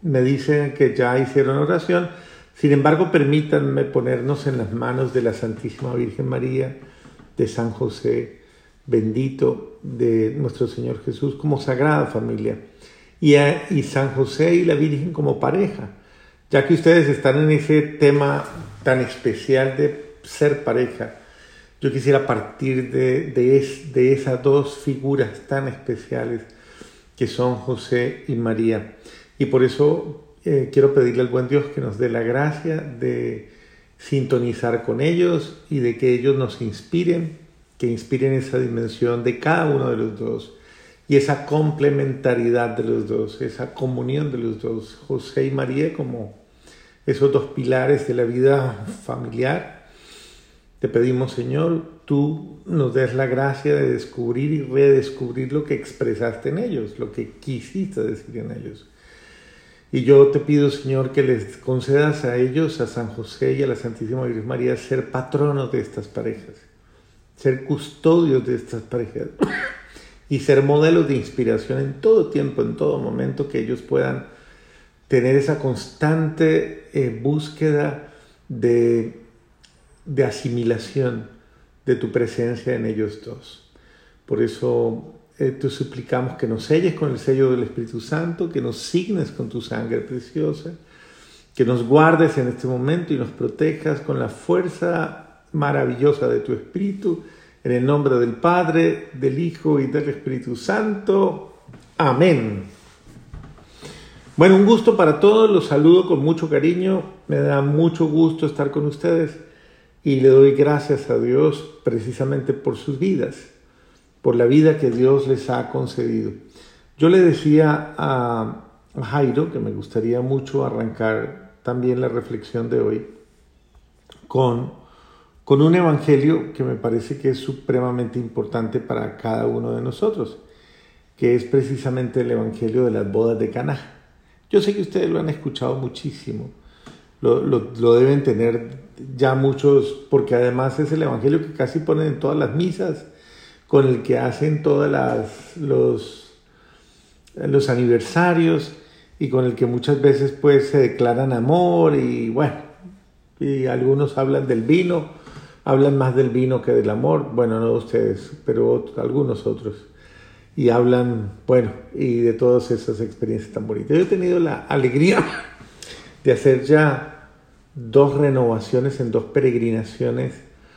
me dicen que ya hicieron oración. Sin embargo, permítanme ponernos en las manos de la Santísima Virgen María, de San José bendito, de nuestro Señor Jesús como Sagrada Familia, y San José y la Virgen como pareja, ya que ustedes están en ese tema tan especial de ser pareja. Yo quisiera partir de esas dos figuras tan especiales que son José y María, y por eso quiero pedirle al buen Dios que nos dé la gracia de sintonizar con ellos y de que ellos nos inspiren, que inspiren esa dimensión de cada uno de los dos y esa complementariedad de los dos, esa comunión de los dos, José y María como esos dos pilares de la vida familiar. Te pedimos, Señor, tú nos des la gracia de descubrir y redescubrir lo que expresaste en ellos, lo que quisiste decir en ellos. Y yo te pido, Señor, que les concedas a ellos, a San José y a la Santísima Virgen María, ser patronos de estas parejas, ser custodios de estas parejas y ser modelos de inspiración en todo tiempo, en todo momento, que ellos puedan tener esa constante búsqueda de asimilación de tu presencia en ellos dos. Por eso te suplicamos que nos selles con el sello del Espíritu Santo, que nos signes con tu sangre preciosa, que nos guardes en este momento y nos protejas con la fuerza maravillosa de tu Espíritu, en el nombre del Padre, del Hijo y del Espíritu Santo. Amén. Bueno, un gusto para todos, los saludo con mucho cariño, me da mucho gusto estar con ustedes y le doy gracias a Dios precisamente por sus vidas, por la vida que Dios les ha concedido. Yo le decía a Jairo que me gustaría mucho arrancar también la reflexión de hoy con un evangelio que me parece que es supremamente importante para cada uno de nosotros, que es precisamente el evangelio de las bodas de Caná. Yo sé que ustedes lo han escuchado muchísimo, lo deben tener ya muchos, porque además es el evangelio que casi ponen en todas las misas, con el que hacen todos los aniversarios y con el que muchas veces pues se declaran amor y bueno, y algunos hablan del vino, hablan más del vino que del amor, bueno, no ustedes, pero algunos otros, y hablan, bueno, y de todas esas experiencias tan bonitas. Yo he tenido la alegría de hacer ya 2 renovaciones en 2 peregrinaciones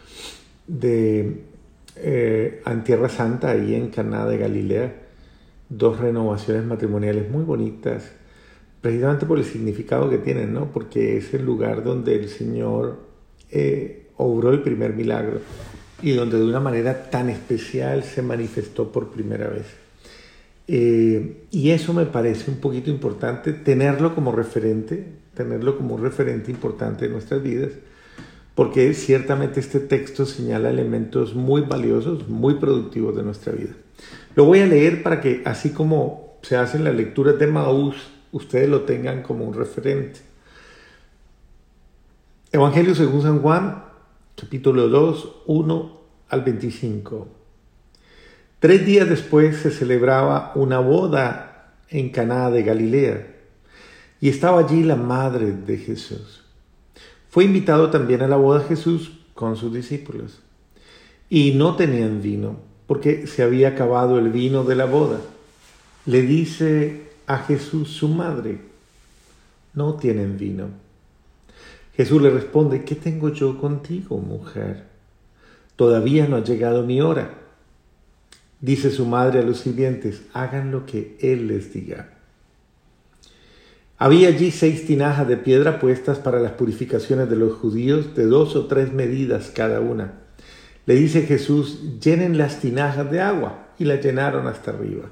en Tierra Santa, ahí en Caná de Galilea, 2 renovaciones matrimoniales muy bonitas, precisamente por el significado que tienen, ¿no? Porque es el lugar donde el Señor obró el primer milagro y donde de una manera tan especial se manifestó por primera vez. Y eso me parece un poquito importante, tenerlo como referente, tenerlo como un referente importante en nuestras vidas, porque ciertamente este texto señala elementos muy valiosos, muy productivos de nuestra vida. Lo voy a leer para que, así como se hacen las lecturas de Maús, ustedes lo tengan como un referente. Evangelio según San Juan, capítulo 2, 1 al 25. 3 días después se celebraba una boda en Caná de Galilea, y estaba allí la madre de Jesús. Fue invitado también a la boda Jesús con sus discípulos. Y no tenían vino, porque se había acabado el vino de la boda. Le dice a Jesús su madre: no tienen vino. Jesús le responde: ¿qué tengo yo contigo, mujer? Todavía no ha llegado mi hora. Dice su madre a los sirvientes: hagan lo que él les diga. Había allí 6 tinajas de piedra puestas para las purificaciones de los judíos, de 2 o 3 medidas cada una. Le dice Jesús: llenen las tinajas de agua, y las llenaron hasta arriba.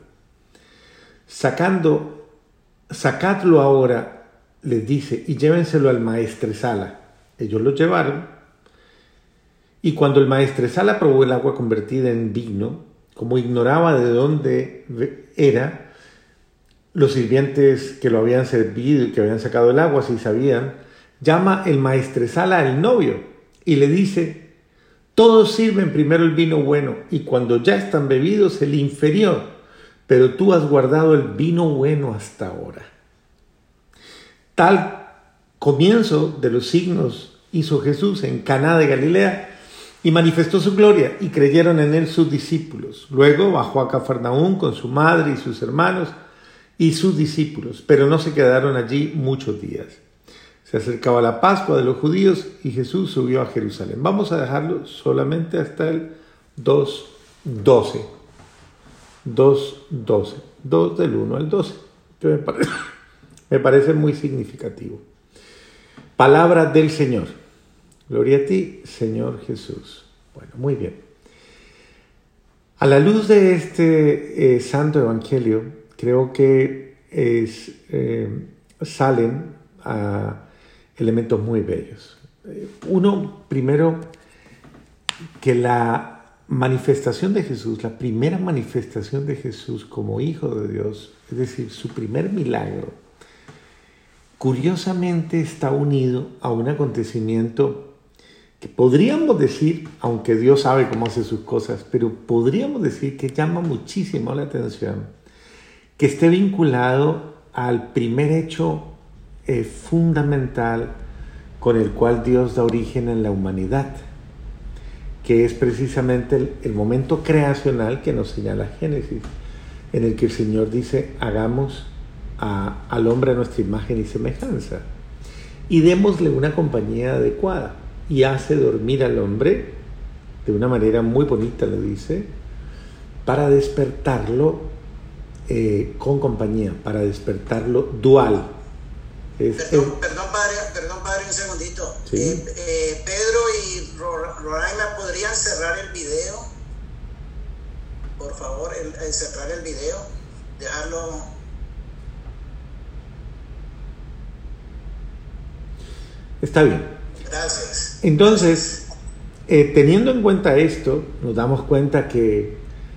Sacadlo ahora, les dice, y llévenselo al maestresala. Ellos lo llevaron, y cuando el maestresala probó el agua convertida en vino, como ignoraba de dónde era, los sirvientes que lo habían servido y que habían sacado el agua, si sabían, llama el maestresala al novio y le dice: todos sirven primero el vino bueno y cuando ya están bebidos el inferior, pero tú has guardado el vino bueno hasta ahora. Tal comienzo de los signos hizo Jesús en Caná de Galilea y manifestó su gloria, y creyeron en él sus discípulos. Luego bajó a Cafarnaúm con su madre y sus hermanos y sus discípulos, pero no se quedaron allí muchos días. Se acercaba la Pascua de los judíos y Jesús subió a Jerusalén. Vamos a dejarlo solamente hasta el 2:12. 2:12. 2 del 1 al 12. Que me parece muy significativo. Palabra del Señor. Gloria a ti, Señor Jesús. Bueno, muy bien. A la luz de este santo evangelio, creo que salen elementos muy bellos. Uno, primero, que la manifestación de Jesús, la primera manifestación de Jesús como Hijo de Dios, es decir, su primer milagro, curiosamente está unido a un acontecimiento que podríamos decir, aunque Dios sabe cómo hace sus cosas, pero podríamos decir que llama muchísimo la atención, que esté vinculado al primer hecho fundamental con el cual Dios da origen en la humanidad, que es precisamente el momento creacional que nos señala Génesis, en el que el Señor dice: hagamos al hombre a nuestra imagen y semejanza, y démosle una compañía adecuada. Y hace dormir al hombre de una manera muy bonita, lo dice, para despertarlo con compañía, para despertarlo dual. Perdón, padre, un segundito. ¿Sí? Pedro y Roraima, ¿podrían cerrar el video? Por favor, cerrar el video, dejarlo. Está bien. Gracias. Entonces, teniendo en cuenta esto, nos damos cuenta que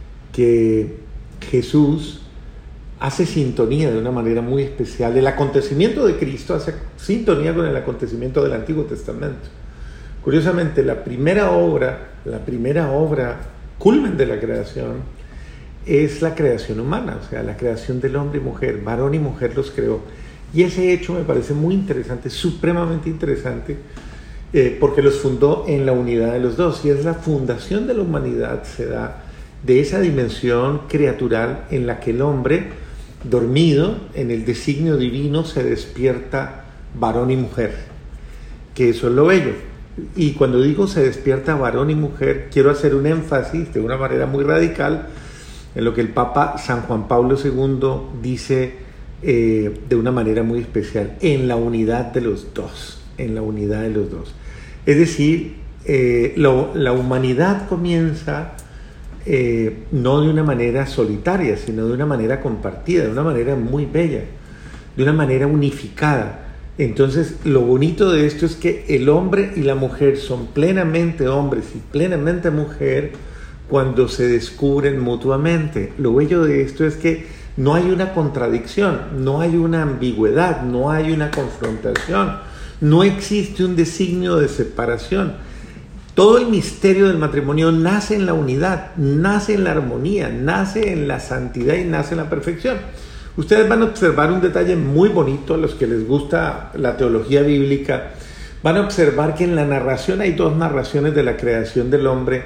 Jesús hace sintonía de una manera muy especial. El acontecimiento de Cristo hace sintonía con el acontecimiento del Antiguo Testamento. Curiosamente, la primera obra culmen de la creación es la creación humana, o sea, la creación del hombre y mujer, varón y mujer los creó. Y ese hecho me parece muy interesante, supremamente interesante, porque los fundó en la unidad de los dos, y es la fundación de la humanidad, se da de esa dimensión criatural en la que el hombre, dormido en el designio divino, se despierta varón y mujer, que eso es lo bello. Y cuando digo se despierta varón y mujer, quiero hacer un énfasis de una manera muy radical en lo que el Papa San Juan Pablo II dice de una manera muy especial: en la unidad de los dos, en la unidad de los dos. Es decir, la humanidad comienza no de una manera solitaria, sino de una manera compartida, de una manera muy bella, de una manera unificada. Entonces, lo bonito de esto es que el hombre y la mujer son plenamente hombres y plenamente mujer cuando se descubren mutuamente. Lo bello de esto es que no hay una contradicción, no hay una ambigüedad, no hay una confrontación, no existe un designio de separación. Todo el misterio del matrimonio nace en la unidad, nace en la armonía, nace en la santidad y nace en la perfección. Ustedes van a observar un detalle muy bonito, a los que les gusta la teología bíblica, van a observar que en la narración hay dos narraciones de la creación del hombre,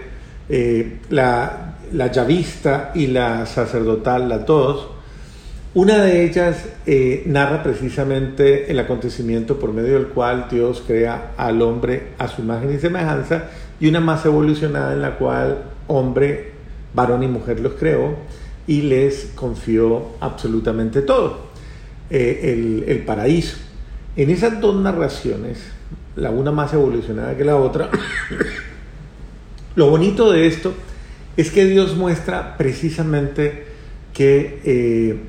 la yavista y la sacerdotal, las dos. Una de ellas narra precisamente el acontecimiento por medio del cual Dios crea al hombre a su imagen y semejanza, y una más evolucionada en la cual hombre, varón y mujer los creó y les confió absolutamente todo, el paraíso. En esas dos narraciones, la una más evolucionada que la otra, lo bonito de esto es que Dios muestra precisamente que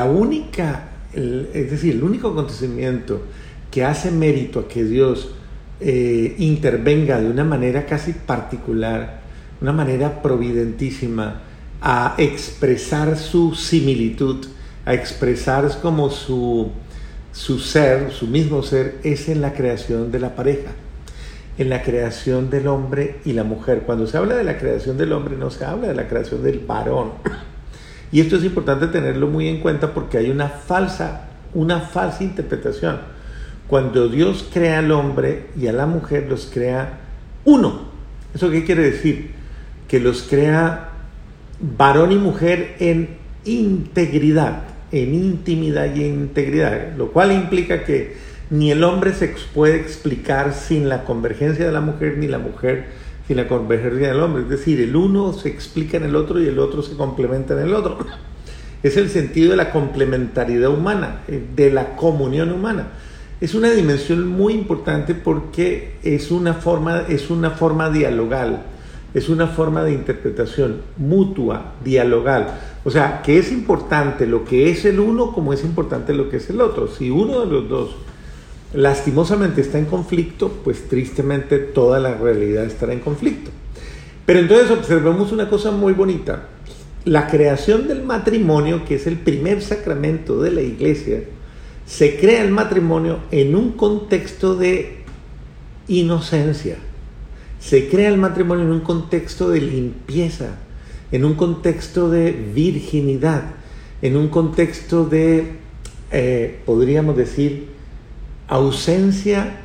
el único acontecimiento que hace mérito a que Dios intervenga de una manera casi particular, una manera providentísima, a expresar su similitud, a expresar como su ser, su mismo ser, es en la creación de la pareja, en la creación del hombre y la mujer. Cuando se habla de la creación del hombre, no se habla de la creación del varón. Y esto es importante tenerlo muy en cuenta, porque hay una falsa interpretación. cuando Dios crea al hombre y a la mujer los crea uno. ¿Eso qué quiere decir? Que los crea varón y mujer en integridad, en intimidad y en integridad, lo cual implica que ni el hombre se puede explicar sin la convergencia de la mujer, ni la mujer sin la convergencia del hombre. Es decir, el uno se explica en el otro y el otro se complementa en el otro. Es el sentido de la complementariedad humana, de la comunión humana. Es una dimensión muy importante porque es una forma dialogal, es una forma de interpretación mutua, dialogal. O sea, que es importante lo que es el uno como es importante lo que es el otro. Si uno de los dos lastimosamente está en conflicto, pues tristemente toda la realidad estará en conflicto. Pero entonces observemos una cosa muy bonita. La creación del matrimonio, que es el primer sacramento de la Iglesia, se crea el matrimonio en un contexto de inocencia. Se crea el matrimonio en un contexto de limpieza, en un contexto de virginidad, en un contexto de, podríamos decir, ausencia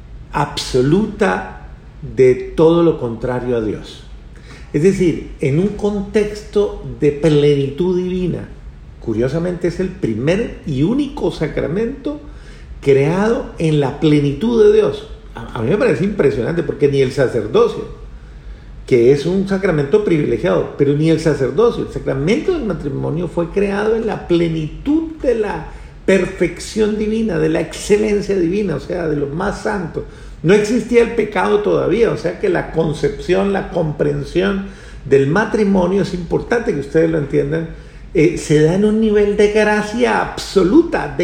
absoluta de todo lo contrario a Dios. Es decir, en un contexto de plenitud divina. Curiosamente es el primer y único sacramento creado en la plenitud de Dios. A mí me parece impresionante porque ni el sacerdocio, que es un sacramento privilegiado, pero ni el sacerdocio, el sacramento del matrimonio fue creado en la plenitud de la perfección divina, de la excelencia divina, o sea, de lo más santo. No existía el pecado todavía, o sea que la concepción, la comprensión del matrimonio, es importante que ustedes lo entiendan, se da en un nivel de gracia absoluta,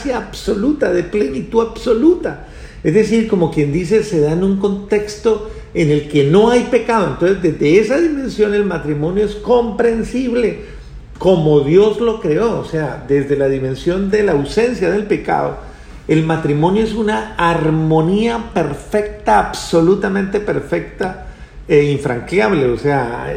de plenitud absoluta. Es decir, como quien dice, se da en un contexto en el que no hay pecado. Entonces, desde esa dimensión el matrimonio es comprensible como Dios lo creó. O sea, desde la dimensión de la ausencia del pecado, el matrimonio es una armonía perfecta, absolutamente perfecta e infranqueable. O sea,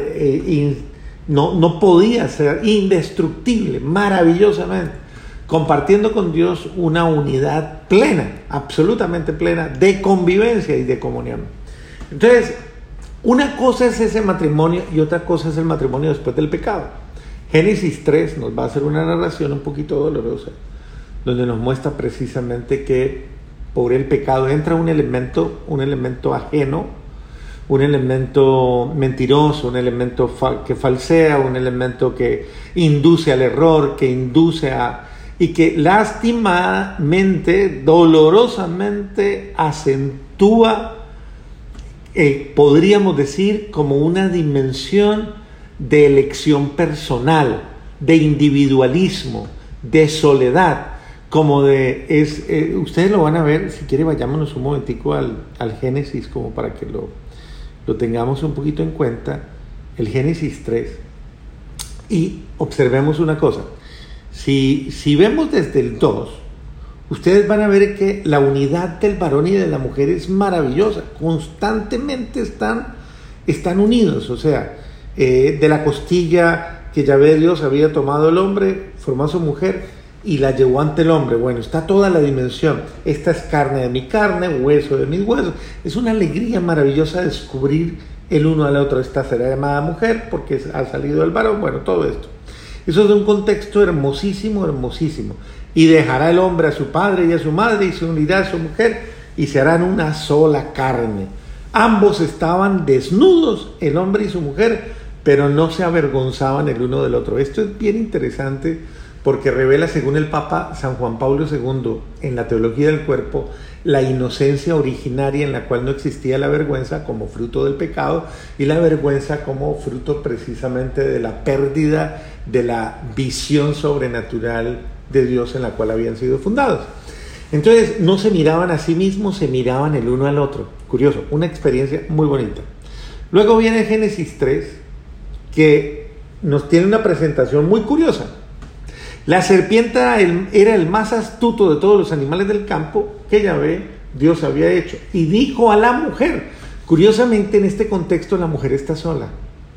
no podía ser indestructible, maravillosamente, compartiendo con Dios una unidad plena, absolutamente plena, de convivencia y de comunión. Entonces, una cosa es ese matrimonio y otra cosa es el matrimonio después del pecado. Génesis 3 nos va a hacer una narración un poquito dolorosa, donde nos muestra precisamente que por el pecado entra un elemento ajeno, un elemento mentiroso, un elemento que falsea, un elemento que induce al error, que induce y que lastimadamente, dolorosamente acentúa, podríamos decir, como una dimensión de elección personal, de individualismo, de soledad, como ustedes lo van a ver. Si quiere, vayámonos un momentico al Génesis, como para que lo tengamos un poquito en cuenta, el Génesis 3, y observemos una cosa. Si vemos desde el 2, ustedes van a ver que la unidad del varón y de la mujer es maravillosa, constantemente están unidos. O sea, de la costilla que Yahvé Dios había tomado el hombre, formó a su mujer y la llevó ante el hombre. Bueno, está toda la dimensión. Esta es carne de mi carne, hueso de mis huesos. Es una alegría maravillosa descubrir el uno al otro. Esta será llamada mujer porque ha salido del varón. Bueno, todo esto. Eso es de un contexto hermosísimo, hermosísimo. Y dejará el hombre a su padre y a su madre y se unirá a su mujer y se harán una sola carne. Ambos estaban desnudos, el hombre y su mujer, pero no se avergonzaban el uno del otro. Esto es bien interesante porque revela, según el Papa San Juan Pablo II, en la Teología del Cuerpo, la inocencia originaria en la cual no existía la vergüenza como fruto del pecado y la vergüenza como fruto precisamente de la pérdida de la visión sobrenatural de Dios en la cual habían sido fundados. Entonces no se miraban a sí mismos, se miraban el uno al otro. Curioso, una experiencia muy bonita. Luego viene Génesis 3, que nos tiene una presentación muy curiosa. La serpiente era el más astuto de todos los animales del campo que Yahvé Dios había hecho. Y dijo a la mujer, curiosamente en este contexto la mujer está sola.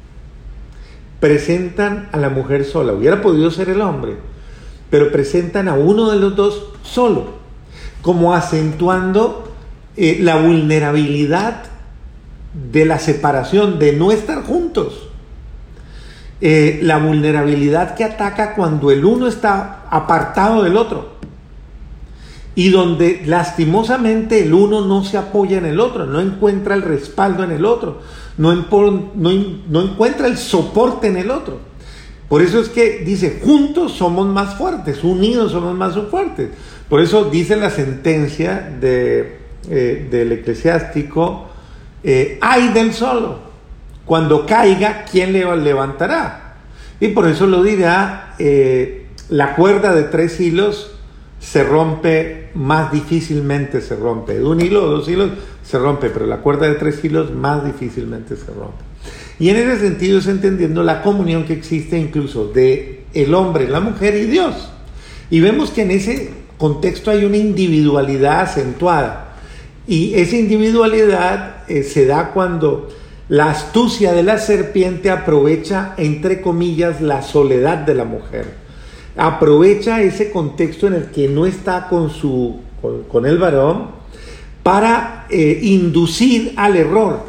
Presentan a la mujer sola, hubiera podido ser el hombre, pero presentan a uno de los dos solo. como acentuando la vulnerabilidad de la separación, de no estar juntos. La vulnerabilidad que ataca cuando el uno está apartado del otro y donde lastimosamente el uno no se apoya en el otro, no encuentra el respaldo en el otro, no encuentra el soporte en el otro. Por eso es que dice, juntos somos más fuertes, unidos somos más fuertes. Por eso dice la sentencia del eclesiástico, ay del solo, cuando caiga, ¿quién le levantará? Y por eso lo dirá, la cuerda de 3 hilos se rompe, más difícilmente se rompe. De 1 hilo o 2 hilos se rompe, pero la cuerda de 3 hilos más difícilmente se rompe. Y en ese sentido es entendiendo la comunión que existe incluso de el hombre, la mujer y Dios. Y vemos que en ese contexto hay una individualidad acentuada. Y esa individualidad se da cuando la astucia de la serpiente aprovecha, entre comillas, la soledad de la mujer. Aprovecha ese contexto en el que no está con el varón para inducir al error.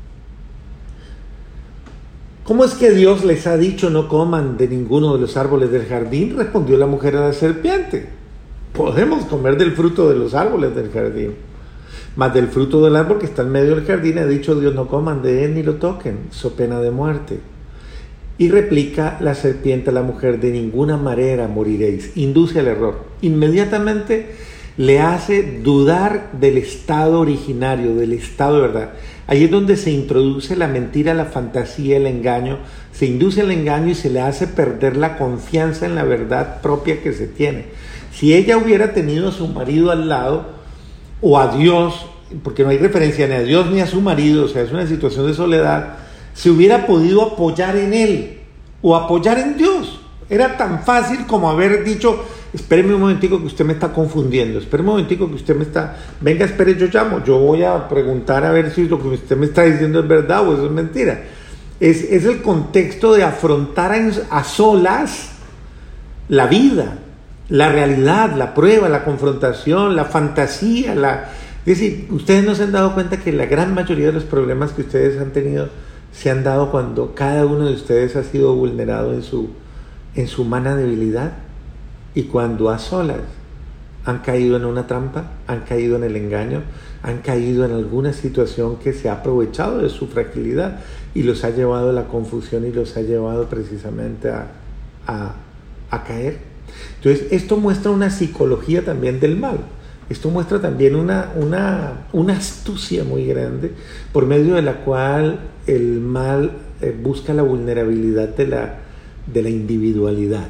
¿Cómo es que Dios les ha dicho no coman de ninguno de los árboles del jardín? Respondió la mujer a la serpiente. Podemos comer del fruto de los árboles del jardín, mas del fruto del árbol que está en medio del jardín ha dicho Dios no coman de él ni lo toquen, so pena de muerte. Y replica la serpiente a la mujer, de ninguna manera moriréis. Induce al error. Inmediatamente le hace dudar del estado originario, del estado de verdad. Ahí es donde se introduce la mentira, la fantasía, el engaño. Se induce el engaño y se le hace perder la confianza en la verdad propia que se tiene. Si ella hubiera tenido a su marido al lado, o a Dios, porque no hay referencia ni a Dios ni a su marido, o sea, es una situación de soledad, se hubiera podido apoyar en él o apoyar en Dios. Era tan fácil como haber dicho, espéreme un momentico que usted me está confundiendo, espéreme un momentico que usted me está, venga, espere, yo llamo, yo voy a preguntar a ver si lo que usted me está diciendo es verdad o eso es mentira. Es el contexto de afrontar a solas la vida, la realidad, la prueba, la confrontación, la fantasía, es decir, ustedes no se han dado cuenta que la gran mayoría de los problemas que ustedes han tenido se han dado cuando cada uno de ustedes ha sido vulnerado en su humana debilidad y cuando a solas han caído en una trampa, han caído en el engaño, han caído en alguna situación que se ha aprovechado de su fragilidad y los ha llevado a la confusión y los ha llevado precisamente a caer. Entonces, esto muestra una psicología también del mal. Esto muestra también una astucia muy grande por medio de la cual el mal busca la vulnerabilidad de la individualidad.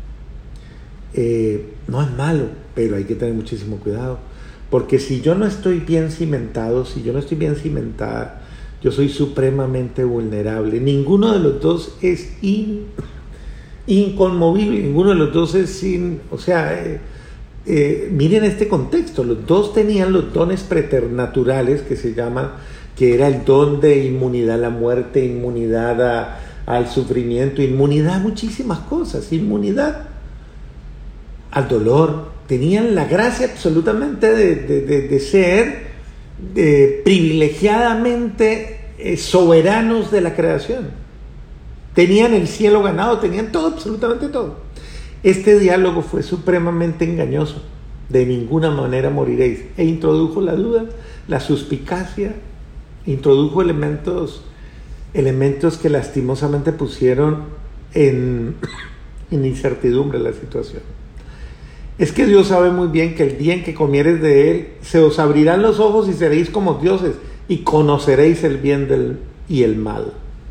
No es malo, pero hay que tener muchísimo cuidado, porque si yo no estoy bien cimentado, si yo no estoy bien cimentada, yo soy supremamente vulnerable. Ninguno de los dos es inconmovible, ninguno de los dos es sin, o sea, miren este contexto, los dos tenían los dones preternaturales que se llaman, que era el don de inmunidad a la muerte, inmunidad al sufrimiento, inmunidad a muchísimas cosas, inmunidad al dolor. Tenían la gracia absolutamente de ser privilegiadamente soberanos de la creación. Tenían el cielo ganado, tenían todo, absolutamente todo. Este diálogo fue supremamente engañoso. De ninguna manera moriréis. E introdujo la duda, la suspicacia, introdujo elementos que lastimosamente pusieron en incertidumbre la situación. Es que Dios sabe muy bien que el día en que comiereis de él, se os abrirán los ojos y seréis como dioses y conoceréis el bien y el mal.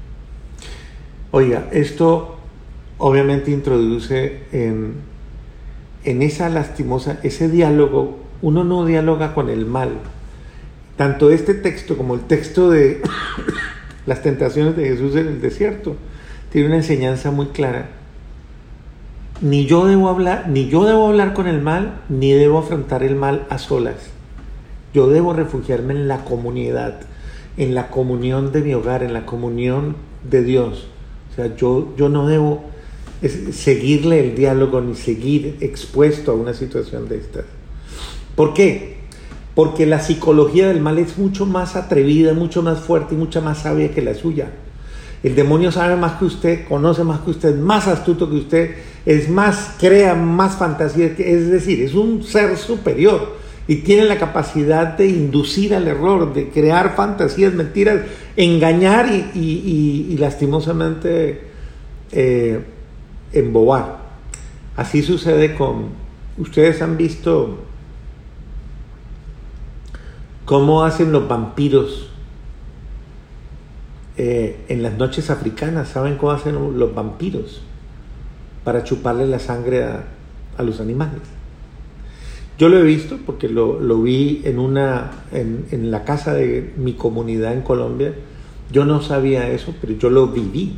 Oiga, esto obviamente introduce en esa lastimosa, ese diálogo. Uno no dialoga con el mal. Tanto este texto como el texto de las tentaciones de Jesús en el desierto tiene una enseñanza muy clara. Ni yo debo hablar con el mal, ni debo afrontar el mal a solas. Yo debo refugiarme en la comunidad, en la comunión de mi hogar, en la comunión de Dios. O sea, yo no debo seguirle el diálogo ni seguir expuesto a una situación de estas. ¿Por qué? Porque la psicología del mal es mucho más atrevida, mucho más fuerte y mucho más sabia que la suya. El demonio sabe más que usted, conoce más que usted, es más astuto que usted, es más, crea más fantasía, es decir, es un ser superior y tiene la capacidad de inducir al error, de crear fantasías, mentiras, engañar y lastimosamente embobar. Así sucede con... Ustedes han visto cómo hacen los vampiros en las noches africanas. ¿Saben cómo hacen los vampiros para chuparle la sangre a los animales? Yo lo he visto porque lo vi en la casa de mi comunidad en Colombia. Yo no sabía eso, pero yo lo viví.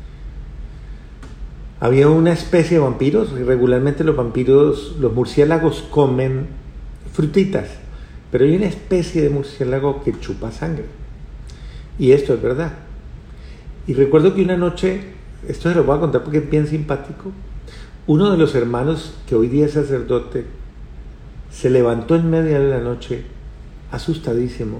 Había una especie de vampiros, y regularmente los vampiros, los murciélagos comen frutitas, pero hay una especie de murciélago que chupa sangre. Y esto es verdad. Y recuerdo que una noche, esto se lo voy a contar porque es bien simpático, uno de los hermanos, que hoy día es sacerdote, se levantó en media de la noche, asustadísimo,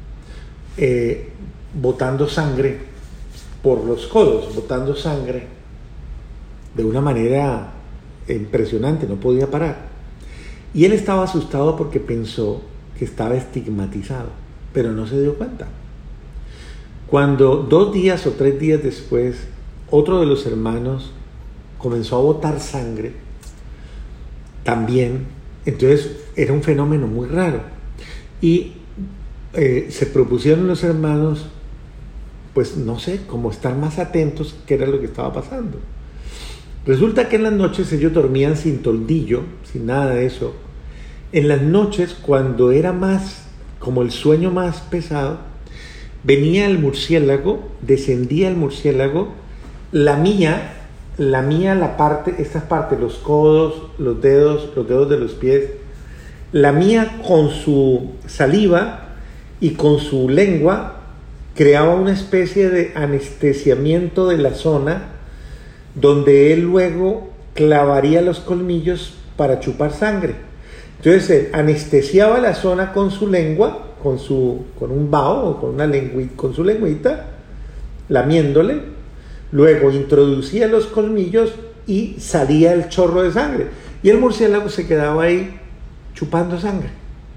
botando sangre por los codos, botando sangre de una manera impresionante, no podía parar. Y él estaba asustado porque pensó que estaba estigmatizado, pero no se dio cuenta. Cuando 2 días o 3 días después, otro de los hermanos comenzó a botar sangre, también, entonces era un fenómeno muy raro. Y se propusieron los hermanos, pues no sé, como estar más atentos qué era lo que estaba pasando. Resulta que en las noches ellos dormían sin toldillo, sin nada de eso. En las noches, cuando era más, como el sueño más pesado, venía el murciélago, descendía el murciélago, lamía la parte, estas partes, los codos, los dedos de los pies, lamía con su saliva y con su lengua, creaba una especie de anestesiamiento de la zona, donde él luego clavaría los colmillos para chupar sangre. Entonces él anestesiaba la zona con su lengua, con un vaho o con su lengüita, lamiéndole, luego introducía los colmillos y salía el chorro de sangre. Y el murciélago se quedaba ahí chupando sangre.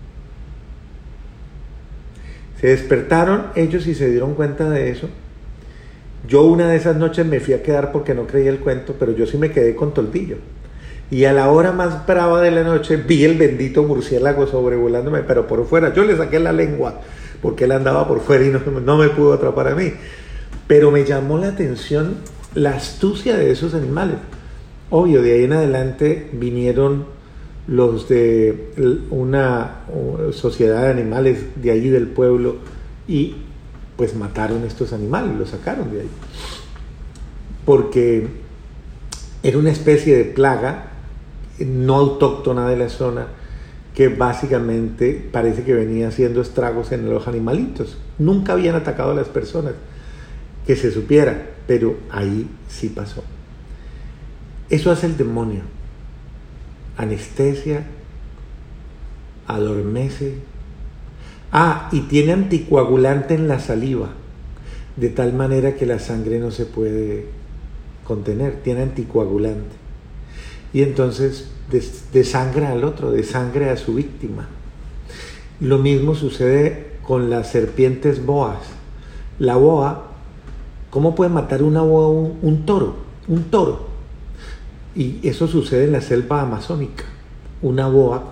Se despertaron ellos y se dieron cuenta de eso. Yo una de esas noches me fui a quedar porque no creía el cuento, pero yo sí me quedé con toldillo. Y a la hora más brava de la noche vi el bendito murciélago sobrevolándome, pero por fuera. Yo le saqué la lengua porque él andaba por fuera y no me pudo atrapar a mí. Pero me llamó la atención la astucia de esos animales. Obvio, de ahí en adelante vinieron los de una sociedad de animales de allí del pueblo y pues mataron estos animales, los sacaron de ahí. Porque era una especie de plaga no autóctona de la zona que básicamente parece que venía haciendo estragos en los animalitos. Nunca habían atacado a las personas, que se supiera, pero ahí sí pasó. Eso hace el demonio. Anestesia, adormece. Y tiene anticoagulante en la saliva, de tal manera que la sangre no se puede contener, tiene anticoagulante. Y entonces desangra al otro, desangra a su víctima. Lo mismo sucede con las serpientes boas. La boa, ¿cómo puede matar una boa un toro? Un toro. Y eso sucede en la selva amazónica. Una boa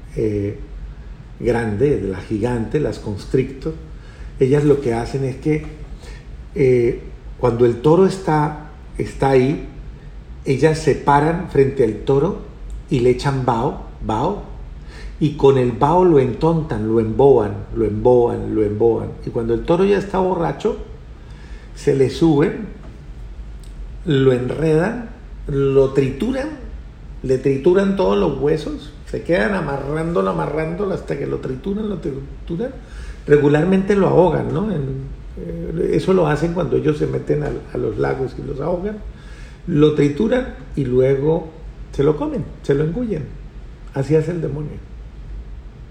grande, la gigante, las constrictor, ellas lo que hacen es que cuando el toro está ahí, ellas se paran frente al toro y le echan vaho, y con el vaho lo entontan, lo emboban. Y cuando el toro ya está borracho, se le suben, lo enredan, lo trituran, le trituran todos los huesos, se quedan amarrándolo hasta que lo trituran. Regularmente lo ahogan, ¿no? Eso lo hacen cuando ellos se meten a los lagos y los ahogan. Lo trituran y luego se lo comen, se lo engullen. Así hace el demonio.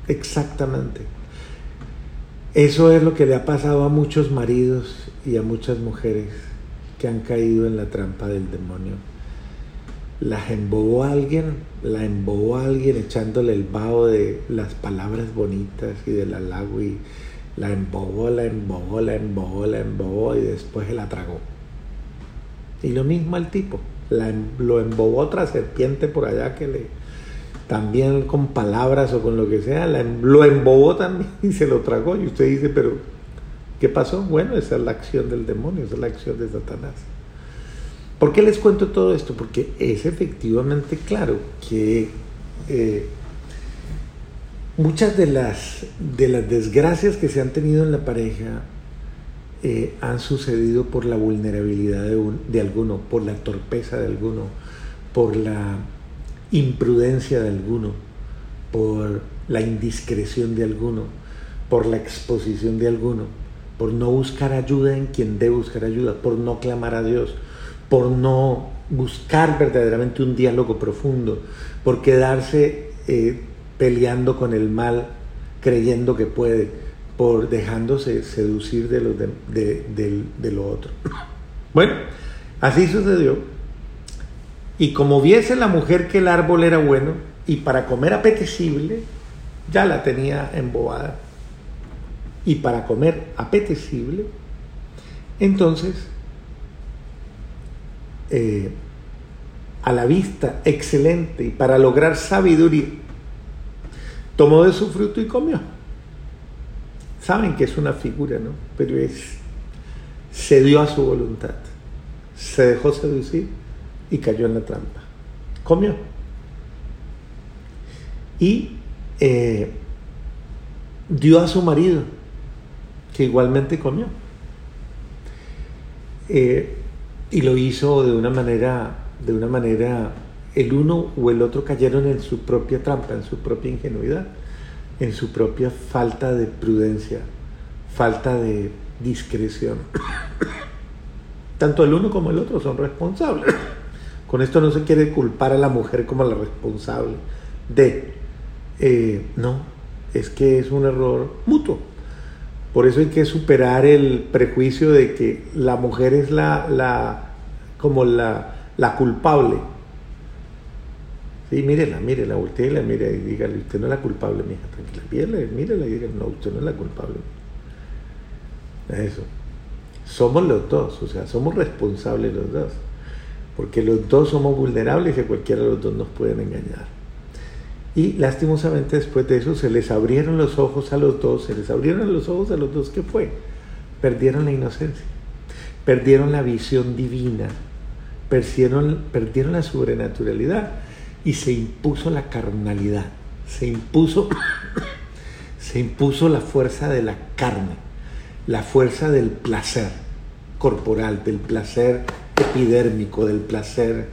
Exactamente. Eso es lo que le ha pasado a muchos maridos y a muchas mujeres que han caído en la trampa del demonio. La embobó a alguien echándole el vaho de las palabras bonitas y del halago, y la embobó y después se la tragó. Y lo mismo al tipo, lo embobó otra serpiente por allá que también con palabras o con lo que sea, lo embobó también y se lo tragó. Y usted dice, pero ¿qué pasó? Bueno, esa es la acción del demonio, esa es la acción de Satanás. ¿Por qué les cuento todo esto? Porque es efectivamente claro que muchas de las desgracias que se han tenido en la pareja han sucedido por la vulnerabilidad de alguno, por la torpeza de alguno, por la imprudencia de alguno, por la indiscreción de alguno, por la exposición de alguno, por no buscar ayuda en quien debe buscar ayuda, por no clamar a Dios, por no buscar verdaderamente un diálogo profundo, por quedarse peleando con el mal, creyendo que puede, por dejándose seducir de lo otro. Bueno, así sucedió. Y como viese la mujer que el árbol era bueno, y para comer apetecible, ya la tenía embobada. Y para comer apetecible, entonces, a la vista excelente y para lograr sabiduría, tomó de su fruto y comió. Saben que es una figura, ¿no? Pero cedió a su voluntad, se dejó seducir y cayó en la trampa. Comió. Y dio a su marido, que igualmente comió. Y lo hizo de una manera, el uno o el otro cayeron en su propia trampa, en su propia ingenuidad, en su propia falta de prudencia, falta de discreción. Tanto el uno como el otro son responsables. Con esto no se quiere culpar a la mujer como la responsable no, es que es un error mutuo. Por eso hay que superar el prejuicio de que la mujer es la culpable. Sí, mírela, voltéela, mire y dígale, usted no es la culpable, mija, tranquila, mírela y dígale, no, usted no es la culpable. Eso. Somos los dos, o sea, somos responsables los dos. Porque los dos somos vulnerables y a cualquiera de los dos nos pueden engañar. Y lastimosamente después de eso se les abrieron los ojos a los dos. ¿Qué fue? Perdieron la inocencia, perdieron la visión divina, perdieron la sobrenaturalidad y se impuso la carnalidad, se impuso la fuerza de la carne, la fuerza del placer corporal, del placer epidérmico, del placer,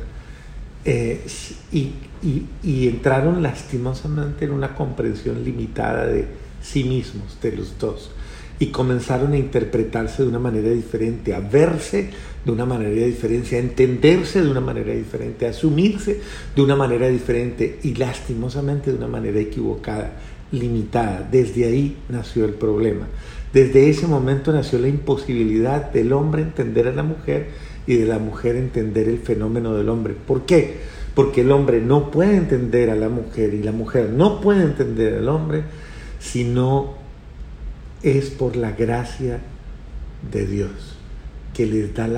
y entraron lastimosamente en una comprensión limitada de sí mismos, de los dos, y comenzaron a interpretarse de una manera diferente, a verse de una manera diferente, a entenderse de una manera diferente, a asumirse de una manera diferente y lastimosamente de una manera equivocada, limitada. Desde ahí nació el problema. Desde ese momento nació la imposibilidad del hombre entender a la mujer y de la mujer entender el fenómeno del hombre. ¿Por qué? Porque el hombre no puede entender a la mujer y la mujer no puede entender al hombre si no es por la gracia de Dios, que les da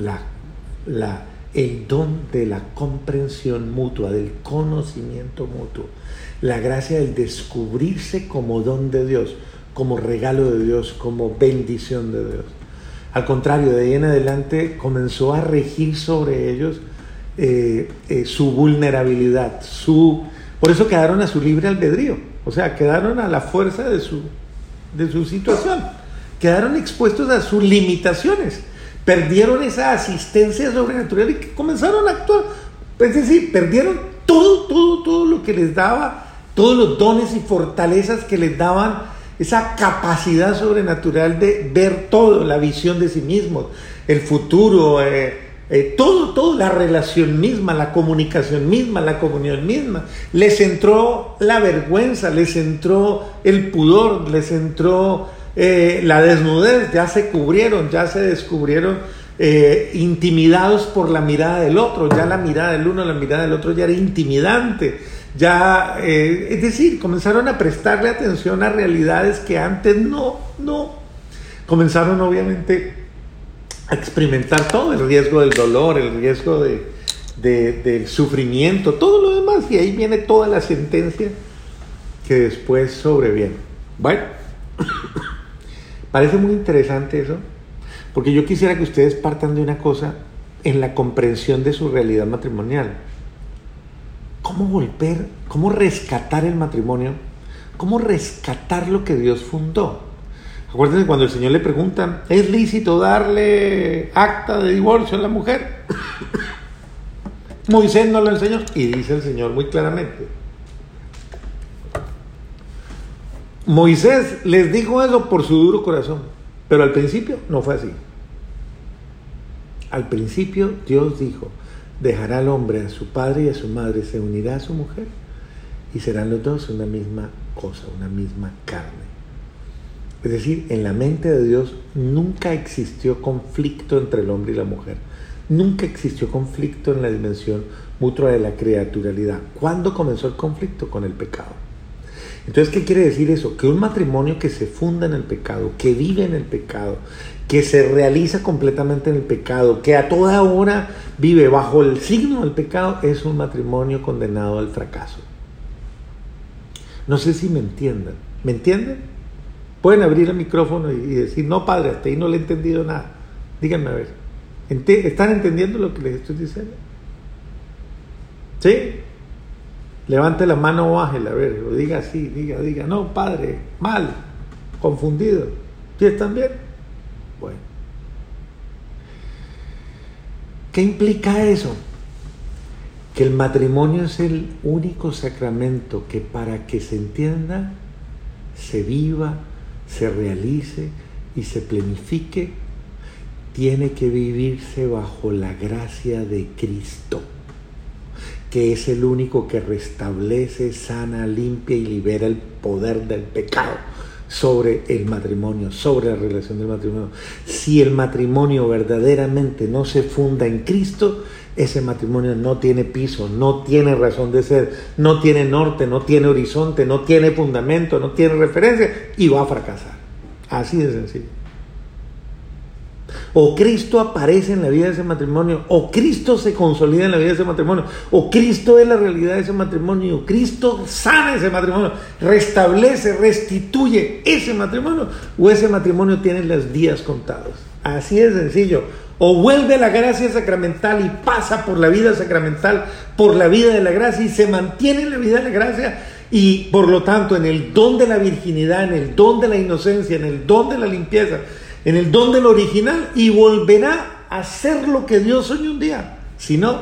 el don de la comprensión mutua, del conocimiento mutuo, la gracia del descubrirse como don de Dios, como regalo de Dios, como bendición de Dios. Al contrario, de ahí en adelante comenzó a regir sobre ellos su vulnerabilidad, por eso quedaron a su libre albedrío, o sea, quedaron a la fuerza de su situación, quedaron expuestos a sus limitaciones, perdieron esa asistencia sobrenatural y que comenzaron a actuar, es decir, perdieron todo lo que les daba, todos los dones y fortalezas que les daban esa capacidad sobrenatural de ver todo, la visión de sí mismos, el futuro, todo, la relación misma, la comunicación misma, la comunión misma. Les entró la vergüenza, les entró el pudor, les entró la desnudez, ya se cubrieron, ya se descubrieron intimidados por la mirada del otro, ya la mirada del uno, la mirada del otro ya era intimidante, ya, es decir, comenzaron a prestarle atención a realidades que antes no, comenzaron obviamente a experimentar todo el riesgo del dolor, el riesgo del sufrimiento, todo lo demás, y ahí viene toda la sentencia que después sobreviene. Bueno, parece muy interesante eso, porque yo quisiera que ustedes partan de una cosa en la comprensión de su realidad matrimonial. ¿Cómo rescatar el matrimonio? ¿Cómo rescatar lo que Dios fundó? Acuérdense cuando el Señor le pregunta, ¿es lícito darle acta de divorcio a la mujer? Moisés no lo enseñó, y dice el Señor muy claramente. Moisés les dijo eso por su duro corazón, pero al principio no fue así. Al principio Dios dijo, dejará al hombre a su padre y a su madre, se unirá a su mujer y serán los dos una misma cosa, una misma carne. Es decir, en la mente de Dios nunca existió conflicto entre el hombre y la mujer. Nunca existió conflicto en la dimensión mutua de la creaturalidad. ¿Cuándo comenzó el conflicto? Con el pecado. Entonces, ¿qué quiere decir eso? Que un matrimonio que se funda en el pecado, que vive en el pecado, que se realiza completamente en el pecado, que a toda hora vive bajo el signo del pecado, es un matrimonio condenado al fracaso. No sé si me entiendan. ¿Me entienden? Pueden abrir el micrófono y decir, no, padre, hasta ahí no le he entendido nada. Díganme a ver. ¿Están entendiendo lo que les estoy diciendo? ¿Sí? Levante la mano o bájela, a ver, o diga así, diga, no, padre, mal, confundido. ¿Sí están bien? Bueno. ¿Qué implica eso? Que el matrimonio es el único sacramento que para que se entienda, se viva, se realice y se planifique, tiene que vivirse bajo la gracia de Cristo, que es el único que restablece, sana, limpia y libera el poder del pecado sobre el matrimonio, sobre la relación del matrimonio. Si el matrimonio verdaderamente no se funda en Cristo, ese matrimonio no tiene piso, no tiene razón de ser, no tiene norte, no tiene horizonte, no tiene fundamento, no tiene referencia y va a fracasar. Así de sencillo. O Cristo aparece en la vida de ese matrimonio, o Cristo se consolida en la vida de ese matrimonio, o Cristo es la realidad de ese matrimonio, o Cristo sana ese matrimonio, restablece, restituye ese matrimonio, o ese matrimonio tiene los días contados. Así de sencillo. O vuelve a la gracia sacramental y pasa por la vida sacramental, por la vida de la gracia y se mantiene en la vida de la gracia y por lo tanto en el don de la virginidad, en el don de la inocencia, en el don de la limpieza, en el don del original y volverá a ser lo que Dios soñó un día. Si no,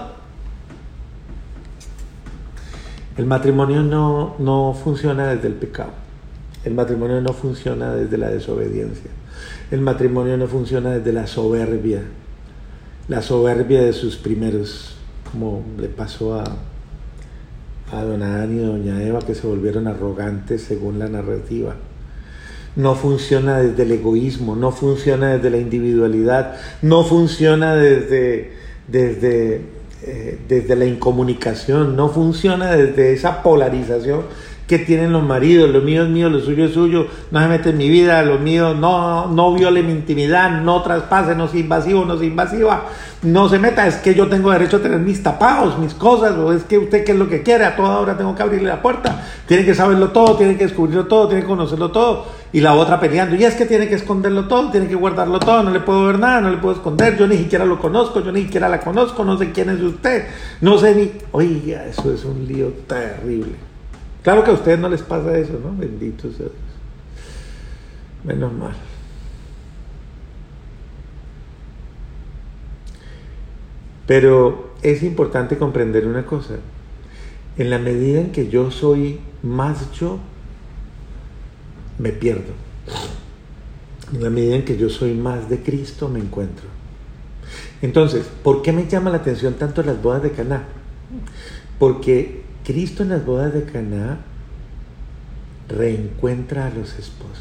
el matrimonio no funciona desde el pecado. El matrimonio no funciona desde la desobediencia. El matrimonio no funciona desde la soberbia de sus primeros, como le pasó a don Adán y doña Eva, que se volvieron arrogantes según la narrativa. No funciona desde el egoísmo, no funciona desde la individualidad, no funciona desde la incomunicación, no funciona desde esa polarización que tienen los maridos. Lo mío es mío, lo suyo es suyo, no se mete en mi vida, lo mío no viole mi intimidad, no traspase, no sea invasivo, no sea invasiva, no se meta, es que yo tengo derecho a tener mis tapados, mis cosas, o es que usted qué es lo que quiere, a toda hora tengo que abrirle la puerta, tiene que saberlo todo, tiene que descubrirlo todo, tiene que conocerlo todo, y la otra peleando, y es que tiene que esconderlo todo, tiene que guardarlo todo, no le puedo ver nada, no le puedo esconder, yo ni siquiera lo conozco, yo ni siquiera la conozco, no sé quién es usted, no sé ni... Oiga, eso es un lío terrible. Claro que a ustedes no les pasa eso, ¿no? Bendito sea Dios. Menos mal. Pero es importante comprender una cosa. En la medida en que yo soy más yo, me pierdo. En la medida en que yo soy más de Cristo, me encuentro. Entonces, ¿por qué me llama la atención tanto las bodas de Caná? Porque Cristo en las bodas de Caná reencuentra a los esposos.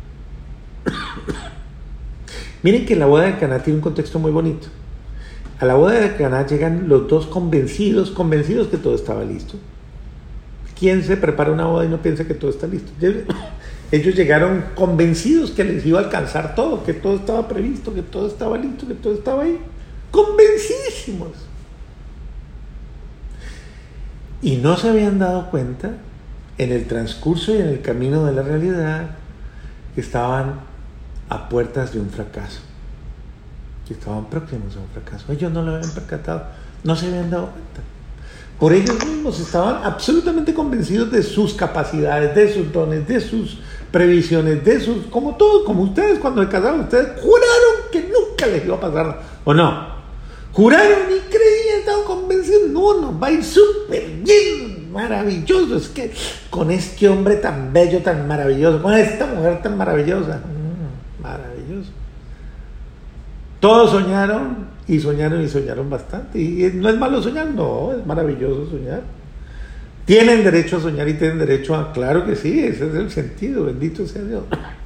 Miren que la boda de Caná tiene un contexto muy bonito. A la boda de Caná llegan los dos convencidos que todo estaba listo. ¿Quién se prepara una boda y no piensa que todo está listo? Ellos llegaron convencidos que les iba a alcanzar todo, que todo estaba previsto, que todo estaba listo, que todo estaba ahí. Convencidísimos. Y no se habían dado cuenta en el transcurso y en el camino de la realidad que estaban a puertas de un fracaso, que estaban próximos a un fracaso. Ellos no lo habían percatado, no se habían dado cuenta. Por ellos mismos estaban absolutamente convencidos de sus capacidades, de sus dones, de sus previsiones, de sus, como todos, como ustedes cuando se casaron, ustedes juraron que nunca les iba a pasar, ¿o no? Juraron y creían, estaban convencidos, no, nos va a ir súper bien, maravilloso, es que con este hombre tan bello, tan maravilloso, con esta mujer tan maravillosa, maravilloso. Todos soñaron y soñaron bastante, y no es malo soñar, no, es maravilloso soñar. Tienen derecho a soñar y tienen derecho a, claro que sí, ese es el sentido, bendito sea Dios.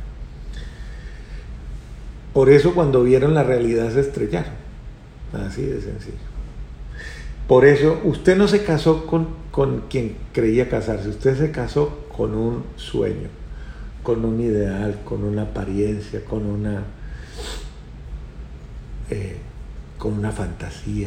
Por eso cuando vieron la realidad se estrellaron. Así de sencillo. Por eso usted no se casó con quien creía casarse, usted se casó con un sueño, con un ideal, con una apariencia, con una fantasía.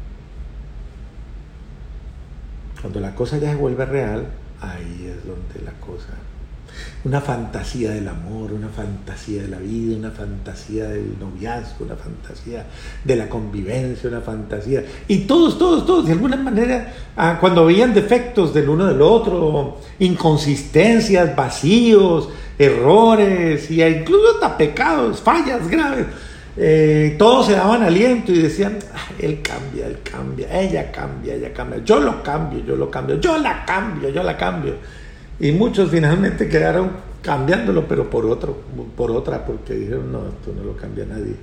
Cuando la cosa ya se vuelve real, ahí es donde la cosa... Una fantasía del amor, una fantasía de la vida, una fantasía del noviazgo, una fantasía de la convivencia, una fantasía... Y todos, de alguna manera, cuando veían defectos del uno del otro, inconsistencias, vacíos, errores, y incluso hasta pecados, fallas graves, todos se daban aliento y decían, él cambia, ella cambia, yo lo cambio, yo la cambio. Y muchos finalmente quedaron cambiándolo, pero por otra, porque dijeron, no, esto no lo cambia nadie.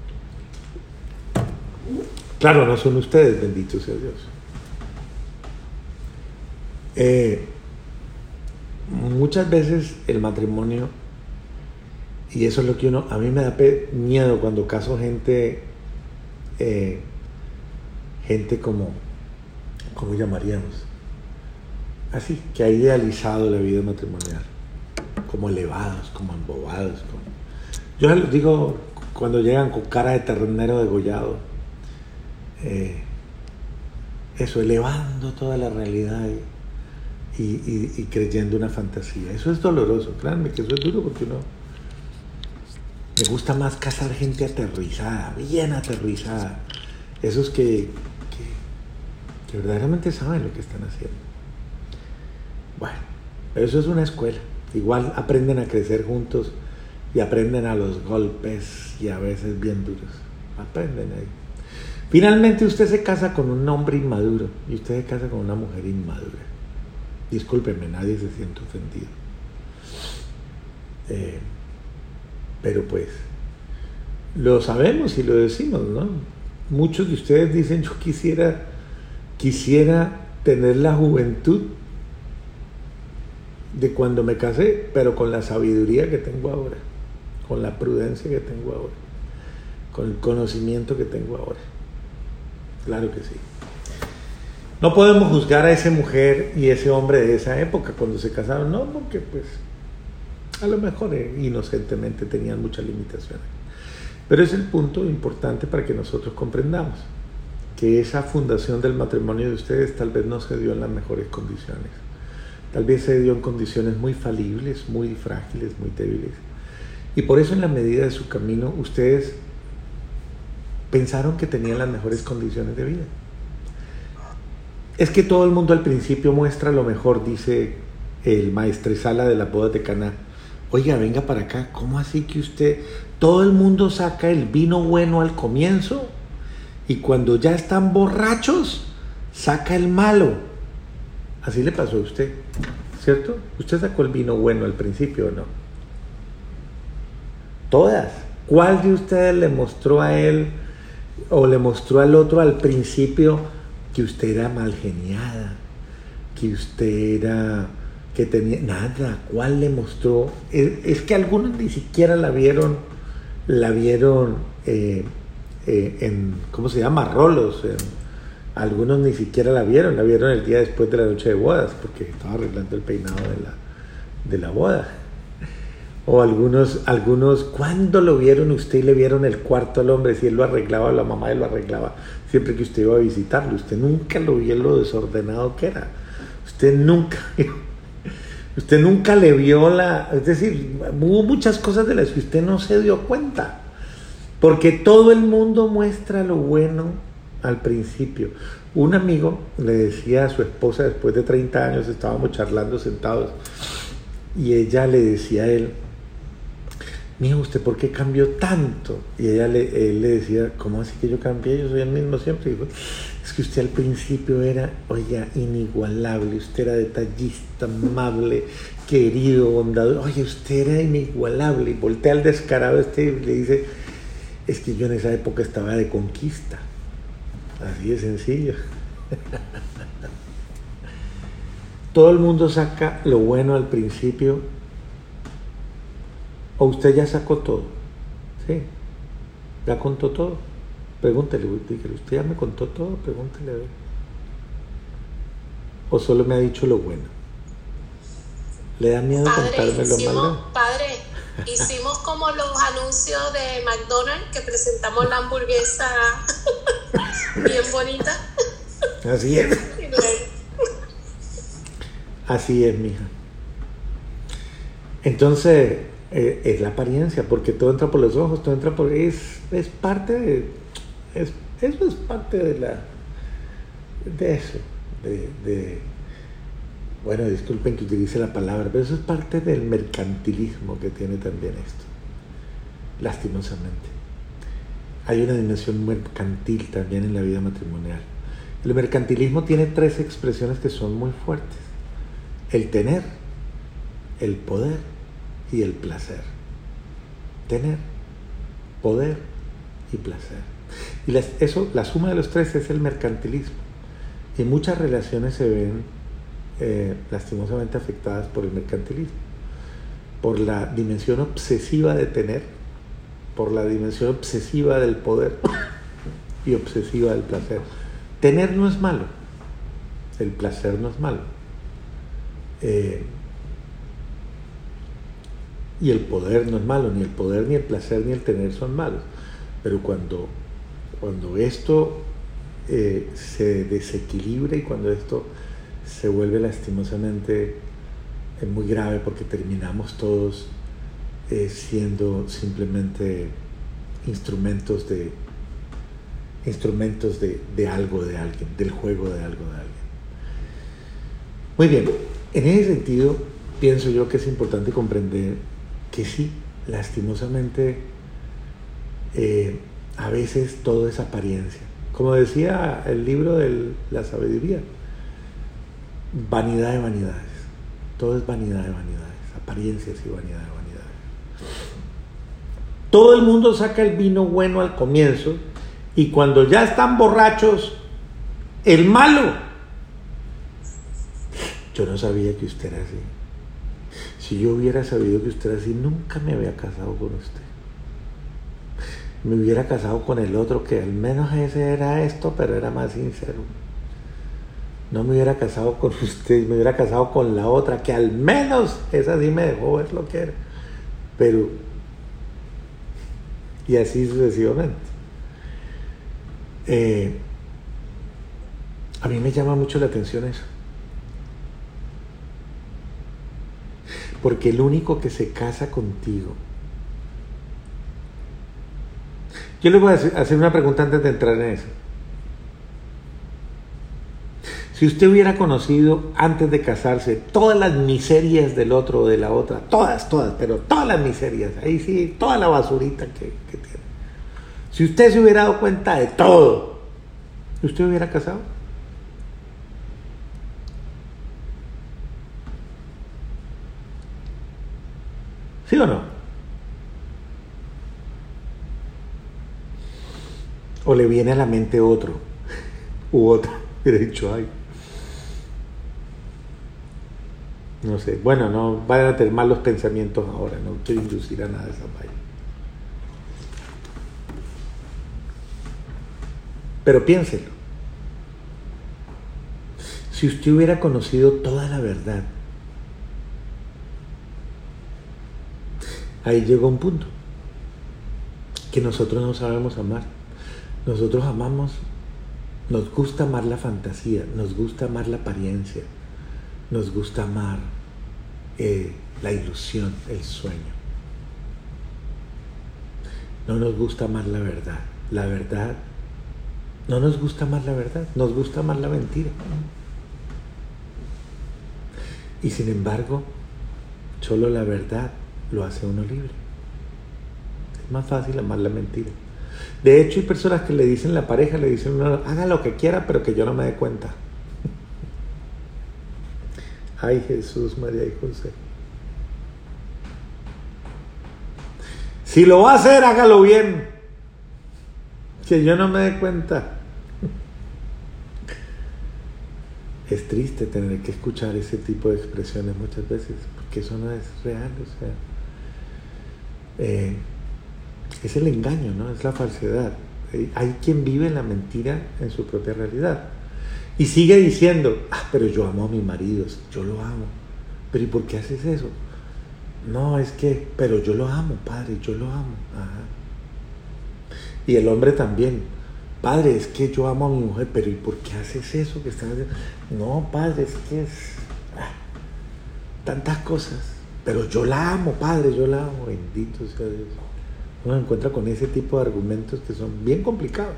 Claro, no son ustedes, bendito sea Dios. Muchas veces el matrimonio, y eso es lo que a mí me da miedo cuando caso gente como, ¿cómo llamaríamos? Así, que ha idealizado la vida matrimonial, como elevados, como embobados. Yo les digo, cuando llegan con cara de ternero degollado, eso, elevando toda la realidad y creyendo una fantasía. Eso es doloroso, créanme que eso es duro, porque me gusta más casar gente aterrizada, bien aterrizada, esos que verdaderamente saben lo que están haciendo. Bueno, eso es una escuela. Igual aprenden a crecer juntos y aprenden a los golpes y a veces bien duros. Aprenden ahí. Finalmente usted se casa con un hombre inmaduro y usted se casa con una mujer inmadura. Discúlpenme, nadie se siente ofendido. Pero pues, lo sabemos y lo decimos, ¿no? Muchos de ustedes dicen, yo quisiera tener la juventud de cuando me casé, pero con la sabiduría que tengo ahora, con la prudencia que tengo ahora, con el conocimiento que tengo ahora. Claro que sí. No podemos juzgar a esa mujer y ese hombre de esa época cuando se casaron, no, porque pues a lo mejor inocentemente tenían muchas limitaciones. Pero es el punto importante para que nosotros comprendamos que esa fundación del matrimonio de ustedes tal vez no se dio en las mejores condiciones. Tal vez se dio en condiciones muy falibles, muy frágiles, muy débiles. Y por eso en la medida de su camino ustedes pensaron que tenían las mejores condiciones de vida. Es que todo el mundo al principio muestra lo mejor, dice el maestresala de las bodas de Caná. Oiga, venga para acá, ¿cómo así que todo el mundo saca el vino bueno al comienzo y cuando ya están borrachos, saca el malo? Así le pasó a usted, ¿cierto? Usted sacó el vino bueno al principio, ¿o no? Todas. ¿Cuál de ustedes le mostró a él O le mostró al otro al principio que usted era mal geniada, que usted era, que tenía, nada. ¿Cuál le mostró? Es que algunos ni siquiera la vieron en, ¿cómo se llama? Rolos. Algunos ni siquiera la vieron el día después de la noche de bodas, porque estaba arreglando el peinado de la boda. O algunos, ¿cuándo lo vieron usted y le vieron el cuarto al hombre? Si él lo arreglaba, la mamá él lo arreglaba siempre que usted iba a visitarlo. Usted nunca lo vio lo desordenado que era. Usted nunca le vio es decir, hubo muchas cosas de las que usted no se dio cuenta. Porque todo el mundo muestra lo bueno al principio. Un amigo le decía a su esposa, después de 30 años, estábamos charlando sentados, y ella le decía a él: mijo, ¿usted por qué cambió tanto? Y él le decía: ¿cómo así que yo cambié? Yo soy el mismo siempre. Y dijo: es que usted al principio era, oiga, inigualable, usted era detallista, amable, querido, bondadoso, oye, usted era inigualable. Y voltea al descarado y le dice: es que yo en esa época estaba de conquista. Así de sencillo. Todo el mundo saca lo bueno al principio. ¿O usted ya sacó todo? Sí. ¿Ya contó todo? Pregúntele, dígale: ¿usted ya me contó todo? Pregúntele a ver. ¿O solo me ha dicho lo bueno? ¿Le da miedo contarme lo malo? Padre, hicimos como los anuncios de McDonald's, que presentamos la hamburguesa bien bonita. Así es. Así es, mija. Entonces, es la apariencia, porque todo entra por los ojos, todo entra por... Es parte de... eso es parte de eso. Bueno, disculpen que utilice la palabra, pero eso es parte del mercantilismo que tiene también esto. Lastimosamente. Hay una dimensión mercantil también en la vida matrimonial. El mercantilismo tiene 3 expresiones que son muy fuertes: el tener, el poder y el placer. Tener, poder y placer. Y la suma de los 3 es el mercantilismo. Y muchas relaciones se ven lastimosamente afectadas por el mercantilismo, por la dimensión obsesiva de tener, por la dimensión obsesiva del poder y obsesiva del placer. Tener no es malo, el placer no es malo, y el poder no es malo. Ni el poder, ni el placer, ni el tener son malos. Pero cuando esto se desequilibra, y cuando esto se vuelve lastimosamente muy grave, porque terminamos todos siendo simplemente instrumentos de algo de alguien, del juego de algo de alguien. Muy bien, en ese sentido pienso yo que es importante comprender que sí, lastimosamente a veces todo es apariencia. Como decía el libro de la sabiduría, vanidad de vanidades. Todo es vanidad de vanidades, apariencias y vanidad de vanidades. Todo el mundo saca el vino bueno al comienzo, y cuando ya están borrachos, el malo. Yo no sabía que usted era así. Si yo hubiera sabido que usted era así, nunca me había casado con usted. Me hubiera casado con el otro, que al menos ese era esto, pero era más sincero. No me hubiera casado con usted, me hubiera casado con la otra, que al menos esa sí me dejó ver lo que era. Pero, y así sucesivamente. A mí me llama mucho la atención eso. Porque el único que se casa contigo... Yo le voy a hacer una pregunta antes de entrar en eso. Si usted hubiera conocido antes de casarse todas las miserias del otro o de la otra, todas, pero todas las miserias, ahí sí, toda la basurita que tiene. Si usted se hubiera dado cuenta de todo, ¿usted hubiera casado? ¿Sí o no? O le viene a la mente otro u otra. Hubiera dicho, ay. No sé. Bueno, no vayan a tener malos pensamientos ahora. No quiero inducir a nada de esa vaina. Pero piénselo. Si usted hubiera conocido toda la verdad, ahí llegó un punto que nosotros no sabemos amar. Nosotros amamos, nos gusta amar la fantasía, nos gusta amar la apariencia, nos gusta amar la ilusión, el sueño. No nos gusta amar la verdad. La verdad, no nos gusta amar la verdad, nos gusta amar la mentira. Y sin embargo, solo la verdad lo hace uno libre. Es más fácil amar la mentira. De hecho, hay personas que le dicen a la pareja, le dicen, haga lo que quiera, pero que yo no me dé cuenta. Ay, Jesús, María y José. Si lo va a hacer, hágalo bien. Que yo no me dé cuenta. Es triste tener que escuchar ese tipo de expresiones muchas veces, porque eso no es real, o sea, es el engaño, ¿no? Es la falsedad. Hay quien vive la mentira en su propia realidad y sigue diciendo, pero yo amo a mi marido, yo lo amo. Pero ¿y por qué haces eso? No, es que, pero yo lo amo, padre, yo lo amo. Ajá. Y el hombre también. Padre, es que yo amo a mi mujer, pero ¿y por qué haces eso que estás haciendo? No, padre, es que es tantas cosas, pero yo la amo, padre, yo la amo, bendito sea Dios. Uno se encuentra con ese tipo de argumentos que son bien complicados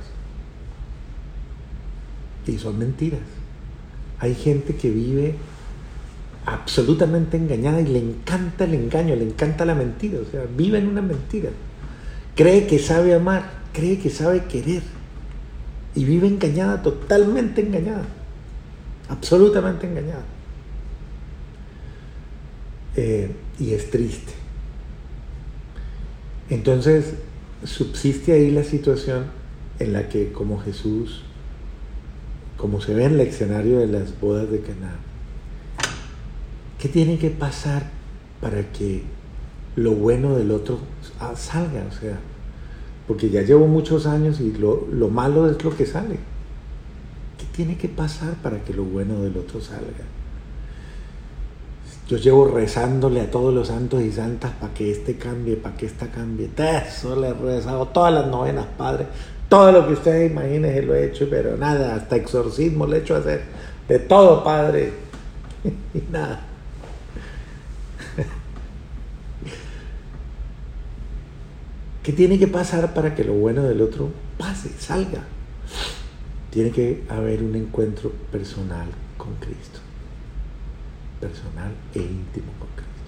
y son mentiras. Hay gente que vive absolutamente engañada y le encanta el engaño, le encanta la mentira, o sea, vive en una mentira. Cree que sabe amar, cree que sabe querer. Y vive engañada, totalmente engañada, absolutamente engañada. Y es triste. Entonces subsiste ahí la situación en la que, como Jesús, como se ve en el escenario de las bodas de Caná, ¿qué tiene que pasar para que lo bueno del otro salga? O sea, porque ya llevo muchos años y lo malo es lo que sale. ¿Qué tiene que pasar para que lo bueno del otro salga? Yo llevo rezándole a todos los santos y santas para que este cambie, para que esta cambie. Eso le he rezado todas las novenas, Padre. Todo lo que ustedes imaginen lo he hecho, pero nada, hasta exorcismo le he hecho hacer. De todo, Padre. Y nada. ¿Qué tiene que pasar para que lo bueno del otro pase, salga? Tiene que haber un encuentro personal con Cristo. Personal e íntimo con Cristo.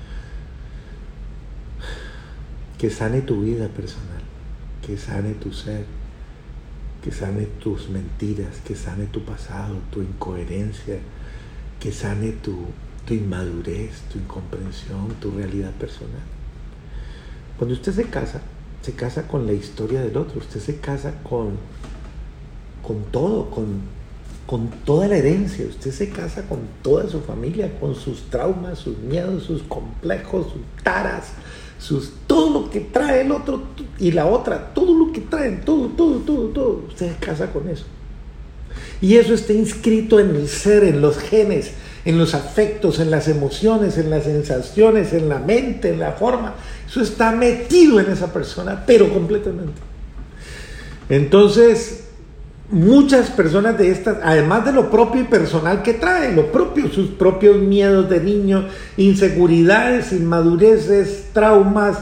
Que sane tu vida personal, que sane tu ser, que sane tus mentiras, que sane tu pasado, tu incoherencia, que sane tu inmadurez, tu incomprensión, tu realidad personal. Cuando usted se casa con la historia del otro, usted se casa con todo, con toda la herencia, usted se casa con toda su familia, con sus traumas, sus miedos, sus complejos, sus taras, todo lo que trae el otro y la otra, todo lo que traen, todo, usted se casa con eso. Y eso está inscrito en el ser, en los genes, en los afectos, en las emociones, en las sensaciones, en la mente, en la forma. Eso está metido en esa persona, pero completamente. Entonces, muchas personas de estas, además de lo propio y personal que traen, lo propio, sus propios miedos de niño, inseguridades, inmadureces, traumas,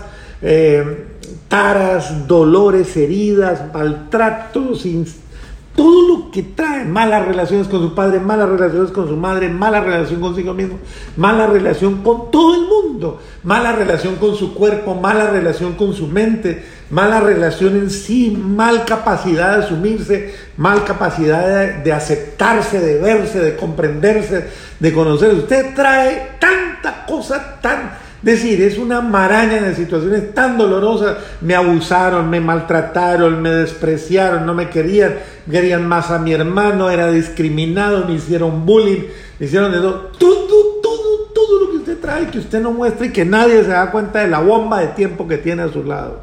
taras, dolores, heridas, maltratos, todo lo que trae, malas relaciones con su padre, malas relaciones con su madre, mala relación consigo mismo, mala relación con todo el mundo, mala relación con su cuerpo, mala relación con su mente, mala relación en sí, mal capacidad de asumirse, mal capacidad de aceptarse, de verse, de comprenderse, de conocerse. Usted trae tanta cosa tan decir, es una maraña de situaciones tan dolorosas. Me abusaron, me maltrataron, me despreciaron, no me querían más a mi hermano, era discriminado, me hicieron bullying, me hicieron de todo. Todo lo que usted trae, que usted no muestra y que nadie se da cuenta de la bomba de tiempo que tiene a su lado.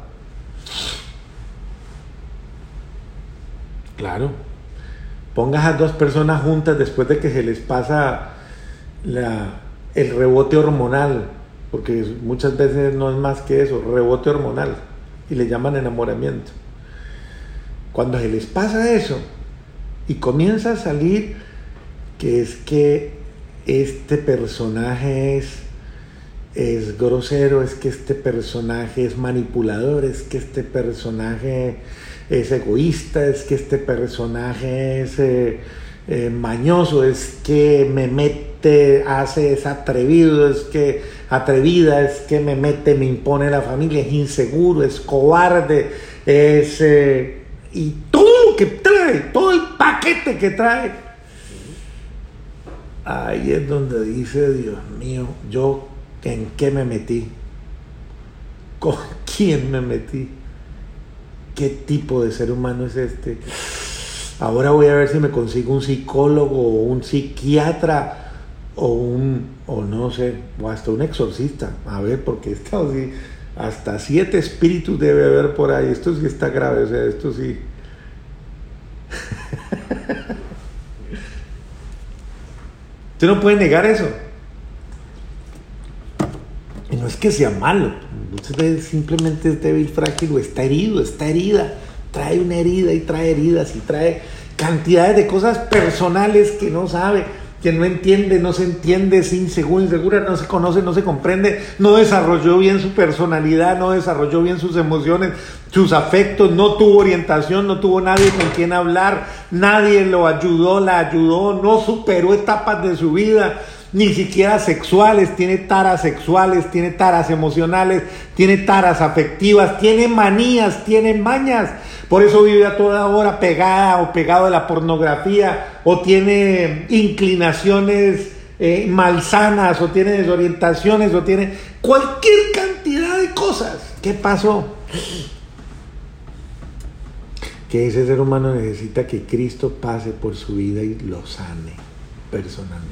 Claro. Pongas a dos personas juntas después de que se les pasa el rebote hormonal, porque muchas veces no es más que eso, rebote hormonal, y le llaman enamoramiento. Cuando se les pasa eso y comienza a salir que es que este personaje es grosero, es que este personaje es manipulador, es que este personaje es egoísta, es que este personaje es mañoso, es que me mete, es atrevido, es que atrevida, es que me impone la familia, es inseguro, es cobarde, y todo lo que trae, todo el paquete que trae, ahí es donde dice, Dios mío, ¿yo en qué me metí? ¿Con quién me metí? ¿Qué tipo de ser humano es este? Ahora voy a ver si me consigo un psicólogo o un psiquiatra o no sé, o hasta un exorcista. A ver, porque esto sí, hasta 7 espíritus debe haber por ahí. Esto sí está grave, o sea, esto sí. Usted no puede negar eso. Y no es que sea malo. Usted simplemente es débil, frágil o está herido, está herida. Trae una herida y trae heridas y trae cantidades de cosas personales que no sabe, que no entiende, no se entiende, es inseguro, insegura, no se conoce, no se comprende, no desarrolló bien su personalidad, no desarrolló bien sus emociones, sus afectos, no tuvo orientación, no tuvo nadie con quien hablar, nadie lo ayudó, la ayudó, no superó etapas de su vida, ni siquiera sexuales, tiene taras sexuales, tiene taras emocionales, tiene taras afectivas, tiene manías, tiene mañas. Por eso vive a toda hora pegada o pegado a la pornografía, o tiene inclinaciones malsanas, o tiene desorientaciones, o tiene cualquier cantidad de cosas. ¿Qué pasó? Que ese ser humano necesita que Cristo pase por su vida y lo sane personalmente.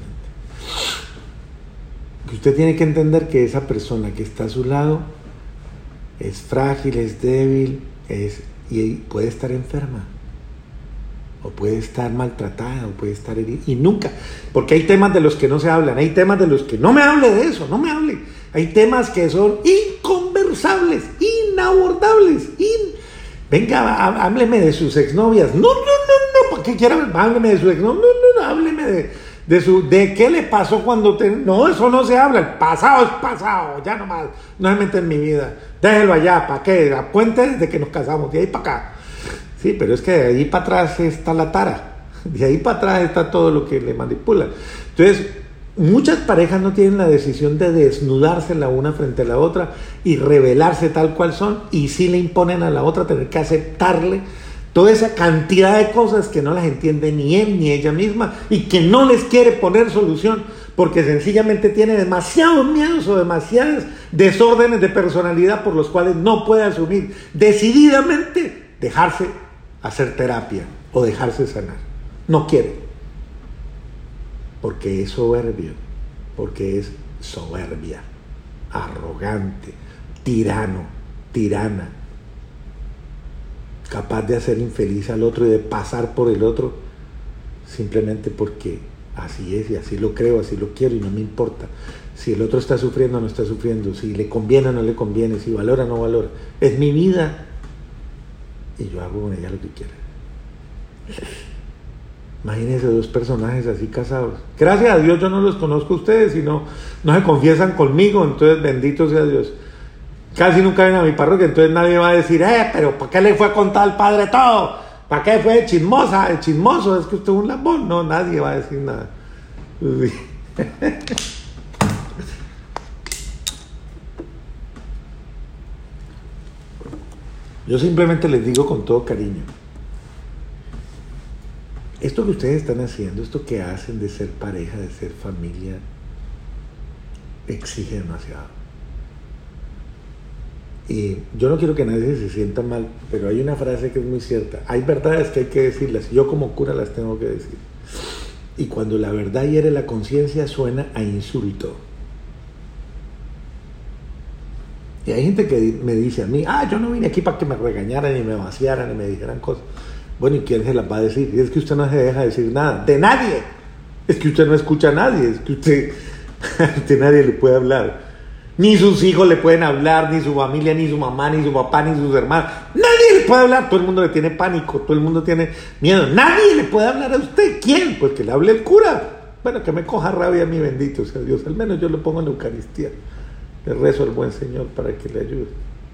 Usted tiene que entender que esa persona que está a su lado es frágil, es débil, y puede estar enferma, o puede estar maltratada, o puede estar herida, y nunca, porque hay temas de los que no se hablan, hay temas de los que no me hable de eso, no me hable, hay temas que son inconversables, inabordables, venga, hábleme de sus exnovias, no, ¿para qué quiere? Hábleme de su exnovia, no, hábleme de qué le pasó cuando no, eso no se habla, el pasado es pasado, ya nomás, no se mete en mi vida, déjelo allá, ¿para qué? Cuente desde que nos casamos, de ahí para acá. Sí, pero es que de ahí para atrás está la tara, de ahí para atrás está todo lo que le manipula. Entonces, muchas parejas no tienen la decisión de desnudarse la una frente a la otra y revelarse tal cual son, y sí le imponen a la otra tener que aceptarle toda esa cantidad de cosas que no las entiende ni él ni ella misma, y que no les quiere poner solución porque sencillamente tiene demasiados miedos o demasiados desórdenes de personalidad por los cuales no puede asumir decididamente dejarse hacer terapia o dejarse sanar. No quiere, porque es soberbio, porque es soberbia, arrogante, tirana, capaz de hacer infeliz al otro y de pasar por el otro simplemente porque así es y así lo creo, así lo quiero y no me importa si el otro está sufriendo o no está sufriendo, si le conviene o no le conviene, si valora o no valora. Es mi vida y yo hago con ella lo que quiera. Imagínense dos personajes así casados. Gracias a Dios yo no los conozco a ustedes y no se confiesan conmigo, entonces bendito sea Dios. Casi nunca ven a mi parroquia, entonces nadie va a decir, pero ¿para qué le fue a contar al padre todo? ¿Para qué fue el chismoso? Es que usted es un lambón. No, nadie va a decir nada. Sí. Yo simplemente les digo con todo cariño, esto que ustedes están haciendo, esto que hacen de ser pareja, de ser familia, exige demasiado. Y yo no quiero que nadie se sienta mal, pero hay una frase que es muy cierta. Hay verdades que hay que decirlas. Yo como cura las tengo que decir. Y cuando la verdad hiere la conciencia, suena a insulto. Y hay gente que me dice a mí, yo no vine aquí para que me regañaran, ni me vaciaran, ni me dijeran cosas. Bueno, ¿y quién se las va a decir? Y es que usted no se deja decir nada. ¡De nadie! Es que usted no escucha a nadie. Es que usted nadie le puede hablar. Ni sus hijos le pueden hablar, ni su familia, ni su mamá, ni su papá, ni sus hermanos. Nadie le puede hablar. Todo el mundo le tiene pánico, todo el mundo tiene miedo. Nadie le puede hablar a usted. ¿Quién? Pues que le hable el cura. Bueno, que me coja rabia a mi bendito sea Dios. Al menos yo lo pongo en la Eucaristía. Le rezo al buen Señor para que le ayude.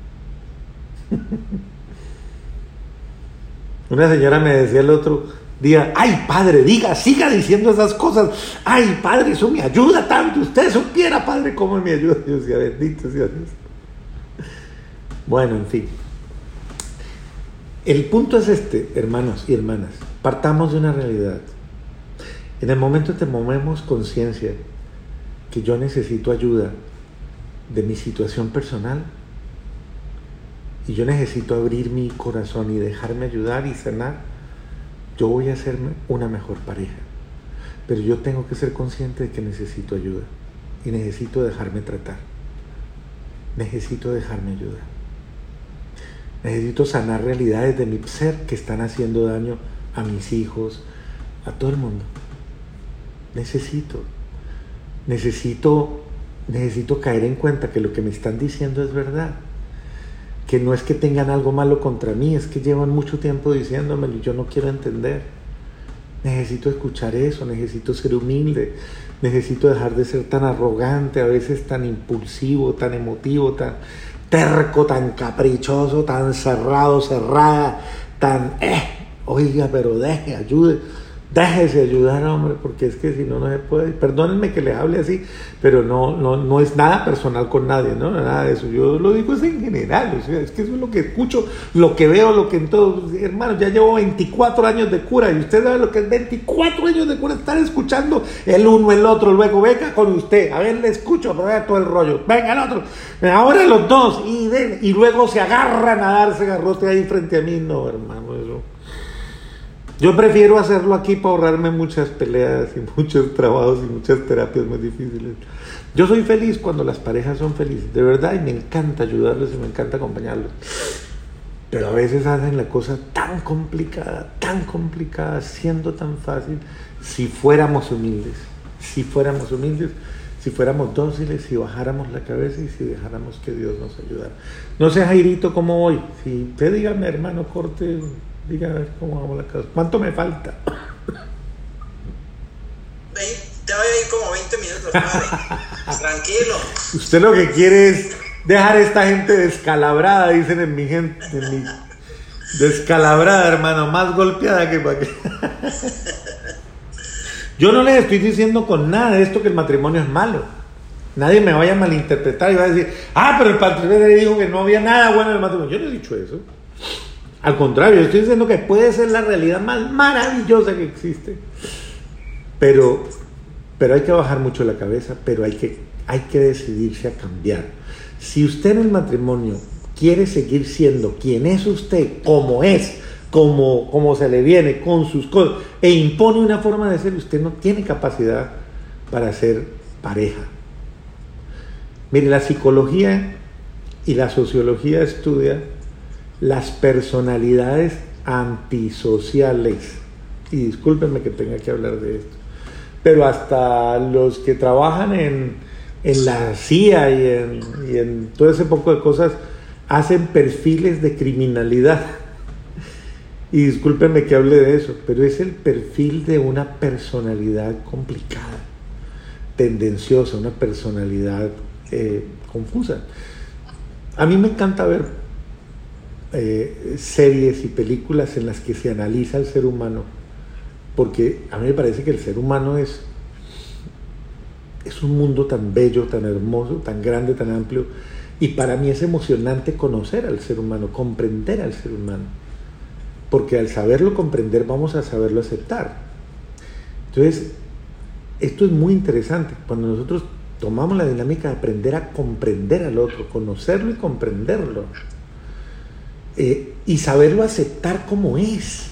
Una señora me decía el otro día, ay padre, siga diciendo esas cosas, ay padre, eso me ayuda tanto, usted supiera padre cómo me ayuda. Yo decía, bendito sea Dios. Bueno, en fin, el punto es este, hermanos y hermanas, partamos de una realidad. En el momento que tomemos conciencia que yo necesito ayuda de mi situación personal y yo necesito abrir mi corazón y dejarme ayudar y sanar, yo voy a hacerme una mejor pareja, pero yo tengo que ser consciente de que necesito ayuda y necesito dejarme tratar, necesito dejarme ayudar, necesito sanar realidades de mi ser que están haciendo daño a mis hijos, a todo el mundo. Necesito caer en cuenta que lo que me están diciendo es verdad, que no es que tengan algo malo contra mí, es que llevan mucho tiempo diciéndomelo y yo no quiero entender. Necesito escuchar eso, necesito ser humilde, necesito dejar de ser tan arrogante, a veces tan impulsivo, tan emotivo, tan terco, tan caprichoso, tan cerrada, tan oiga, pero déjese ayudar, hombre, porque es que si no, no se puede. Perdónenme que le hable así, pero no es nada personal con nadie, ¿no? Nada de eso. Yo lo digo es en general, o sea, es que eso es lo que escucho, lo que veo, lo que en todo. Hermanos, ya llevo 24 años de cura y usted sabe lo que es 24 años de cura, estar escuchando el uno, el otro, luego venga con usted, a ver, le escucho, pero vea todo el rollo, venga el otro, ahora los dos, y luego se agarran a darse garrote ahí frente a mí. No, hermano, eso. Yo prefiero hacerlo aquí para ahorrarme muchas peleas y muchos trabajos y muchas terapias muy difíciles. Yo soy feliz cuando las parejas son felices, de verdad, y me encanta ayudarles y me encanta acompañarlos. Pero a veces hacen la cosa tan complicada, siendo tan fácil. Si fuéramos humildes, si fuéramos dóciles, si bajáramos la cabeza y si dejáramos que Dios nos ayudara. No sé, Jairito, ¿cómo voy? Si usted dígame, hermano, corte... Diga a ver cómo hago la cosa. ¿Cuánto me falta? Te voy a ir como 20 minutos, padre. Tranquilo. Usted lo que quiere es dejar a esta gente descalabrada, dicen en mi gente. Descalabrada, hermano, más golpeada que para qué. Yo no les estoy diciendo con nada de esto que el matrimonio es malo. Nadie me vaya a malinterpretar y va a decir, pero el patriarca le dijo que no había nada bueno en el matrimonio. Yo no he dicho eso. Al contrario, estoy diciendo que puede ser la realidad más maravillosa que existe. Pero hay que bajar mucho la cabeza, pero hay que decidirse a cambiar. Si usted en el matrimonio quiere seguir siendo quien es usted, como es, como se le viene, con sus cosas, e impone una forma de ser, usted no tiene capacidad para ser pareja. Mire, la psicología y la sociología estudia las personalidades antisociales. Y discúlpenme que tenga que hablar de esto, pero hasta los que trabajan en la CIA y en todo ese poco de cosas hacen perfiles de criminalidad. Y discúlpenme que hable de eso, pero es el perfil de una personalidad complicada, tendenciosa, una personalidad confusa. A mí me encanta ver series y películas en las que se analiza el ser humano, porque a mí me parece que el ser humano es un mundo tan bello, tan hermoso, tan grande, tan amplio, y para mí es emocionante conocer al ser humano, comprender al ser humano, porque al saberlo comprender vamos a saberlo aceptar. Entonces, esto es muy interesante. Cuando nosotros tomamos la dinámica de aprender a comprender al otro, conocerlo y comprenderlo, y saberlo aceptar como es.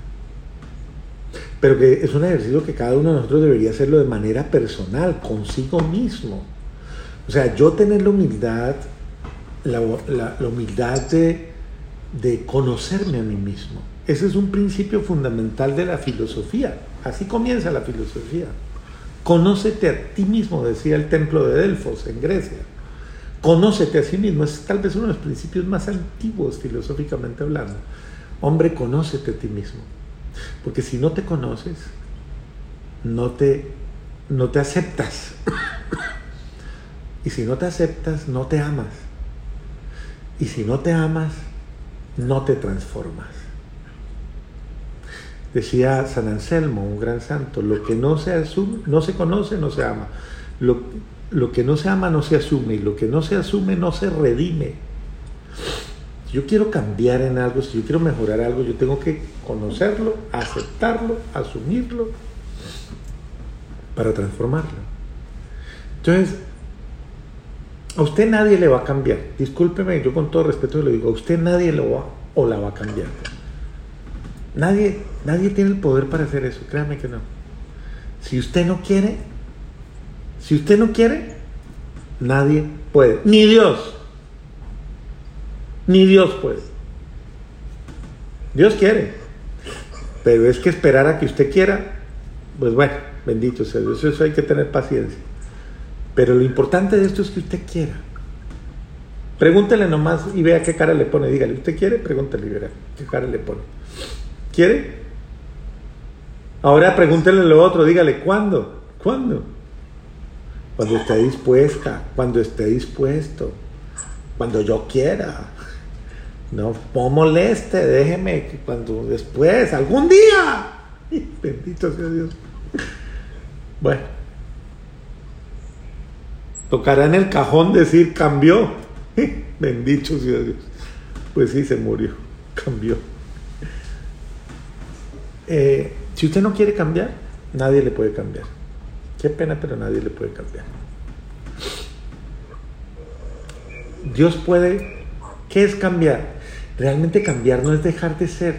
Pero que es un ejercicio que cada uno de nosotros debería hacerlo de manera personal, consigo mismo. O sea, yo tener la humildad, la humildad de conocerme a mí mismo. Ese es un principio fundamental de la filosofía. Así comienza la filosofía. Conócete a ti mismo, decía el templo de Delfos en Grecia. Conócete a sí mismo. Es tal vez uno de los principios más antiguos filosóficamente hablando. Hombre, conócete a ti mismo. Porque si no te conoces, no te aceptas. Y si no te aceptas, no te amas. Y si no te amas, no te transformas. Decía San Anselmo, un gran santo, lo que no se conoce, no se ama. Lo que no se ama, no se asume. Y lo que no se asume, no se redime. Si yo quiero cambiar en algo, si yo quiero mejorar algo, yo tengo que conocerlo, aceptarlo, asumirlo, para transformarlo. Entonces, a usted nadie le va a cambiar. Discúlpeme, yo con todo respeto le digo, a usted nadie lo va o la va a cambiar. Nadie tiene el poder para hacer eso, créame que no. Si usted no quiere, nadie puede. Ni Dios puede. Dios quiere. Pero es que esperar a que usted quiera, pues bueno, bendito sea Dios, eso hay que tener paciencia. Pero lo importante de esto es que usted quiera. Pregúntele nomás y vea qué cara le pone. Dígale, ¿usted quiere? Pregúntele y verá qué cara le pone. ¿Quiere? Ahora pregúntele lo otro, dígale, ¿cuándo? ¿Cuándo? Cuando esté dispuesta, cuando esté dispuesto, cuando yo quiera. No moleste, déjeme que cuando después, algún día. Bendito sea Dios. Bueno. Tocará en el cajón decir cambió. Bendito sea Dios. Pues sí, se murió. Cambió. Si usted no quiere cambiar, nadie le puede cambiar. Qué pena, pero nadie le puede cambiar. Dios puede. ¿Qué es cambiar? Realmente cambiar no es dejar de ser.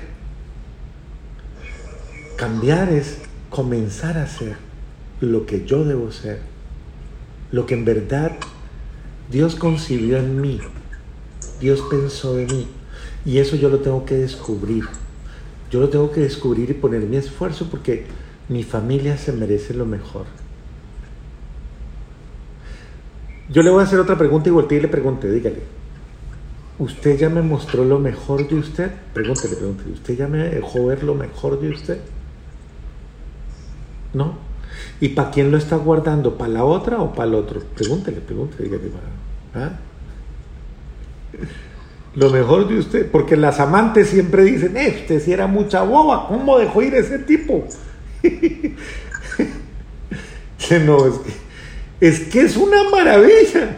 Cambiar es comenzar a ser lo que yo debo ser. Lo que en verdad Dios concibió en mí. Dios pensó en mí. Y eso yo lo tengo que descubrir. Yo lo tengo que descubrir y poner mi esfuerzo porque mi familia se merece lo mejor. Yo le voy a hacer otra pregunta y volteé y le pregunté, dígale, ¿usted ya me mostró lo mejor de usted? Pregúntele, ¿usted ya me dejó ver lo mejor de usted? ¿No? ¿Y para quién lo está guardando? ¿Para la otra o para el otro? Pregúntele, dígale. ¿Ah? Lo mejor de usted, porque las amantes siempre dicen, usted sí era mucha boba, ¿cómo dejó ir ese tipo? No, es que es una maravilla.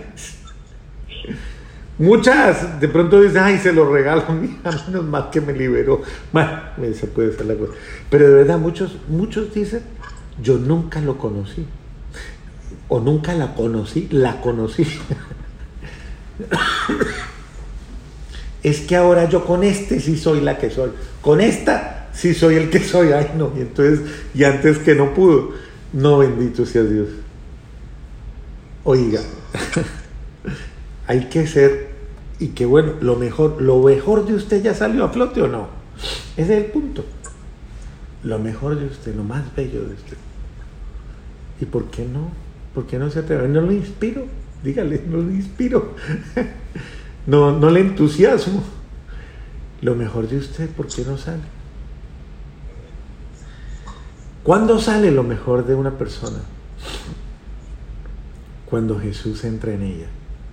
Muchas de pronto dicen, ay, se lo regalo, mira, menos mal que me liberó. Bueno, se puede hacer la cosa. Pero de verdad, muchos dicen, yo nunca lo conocí. O nunca la conocí. Es que ahora yo con este sí soy la que soy. Con esta sí soy el que soy. Ay, no. Y entonces, y antes que no pudo. No, bendito sea Dios. Oiga, hay que ser, y que bueno, lo mejor de usted ya salió a flote o no. Ese es el punto. Lo mejor de usted, lo más bello de usted. ¿Y por qué no? ¿Por qué no se atreve? No lo inspiro. Dígale, no lo inspiro. No le entusiasmo. Lo mejor de usted, ¿por qué no sale? ¿Cuándo sale lo mejor de una persona? Cuando Jesús entra en ella.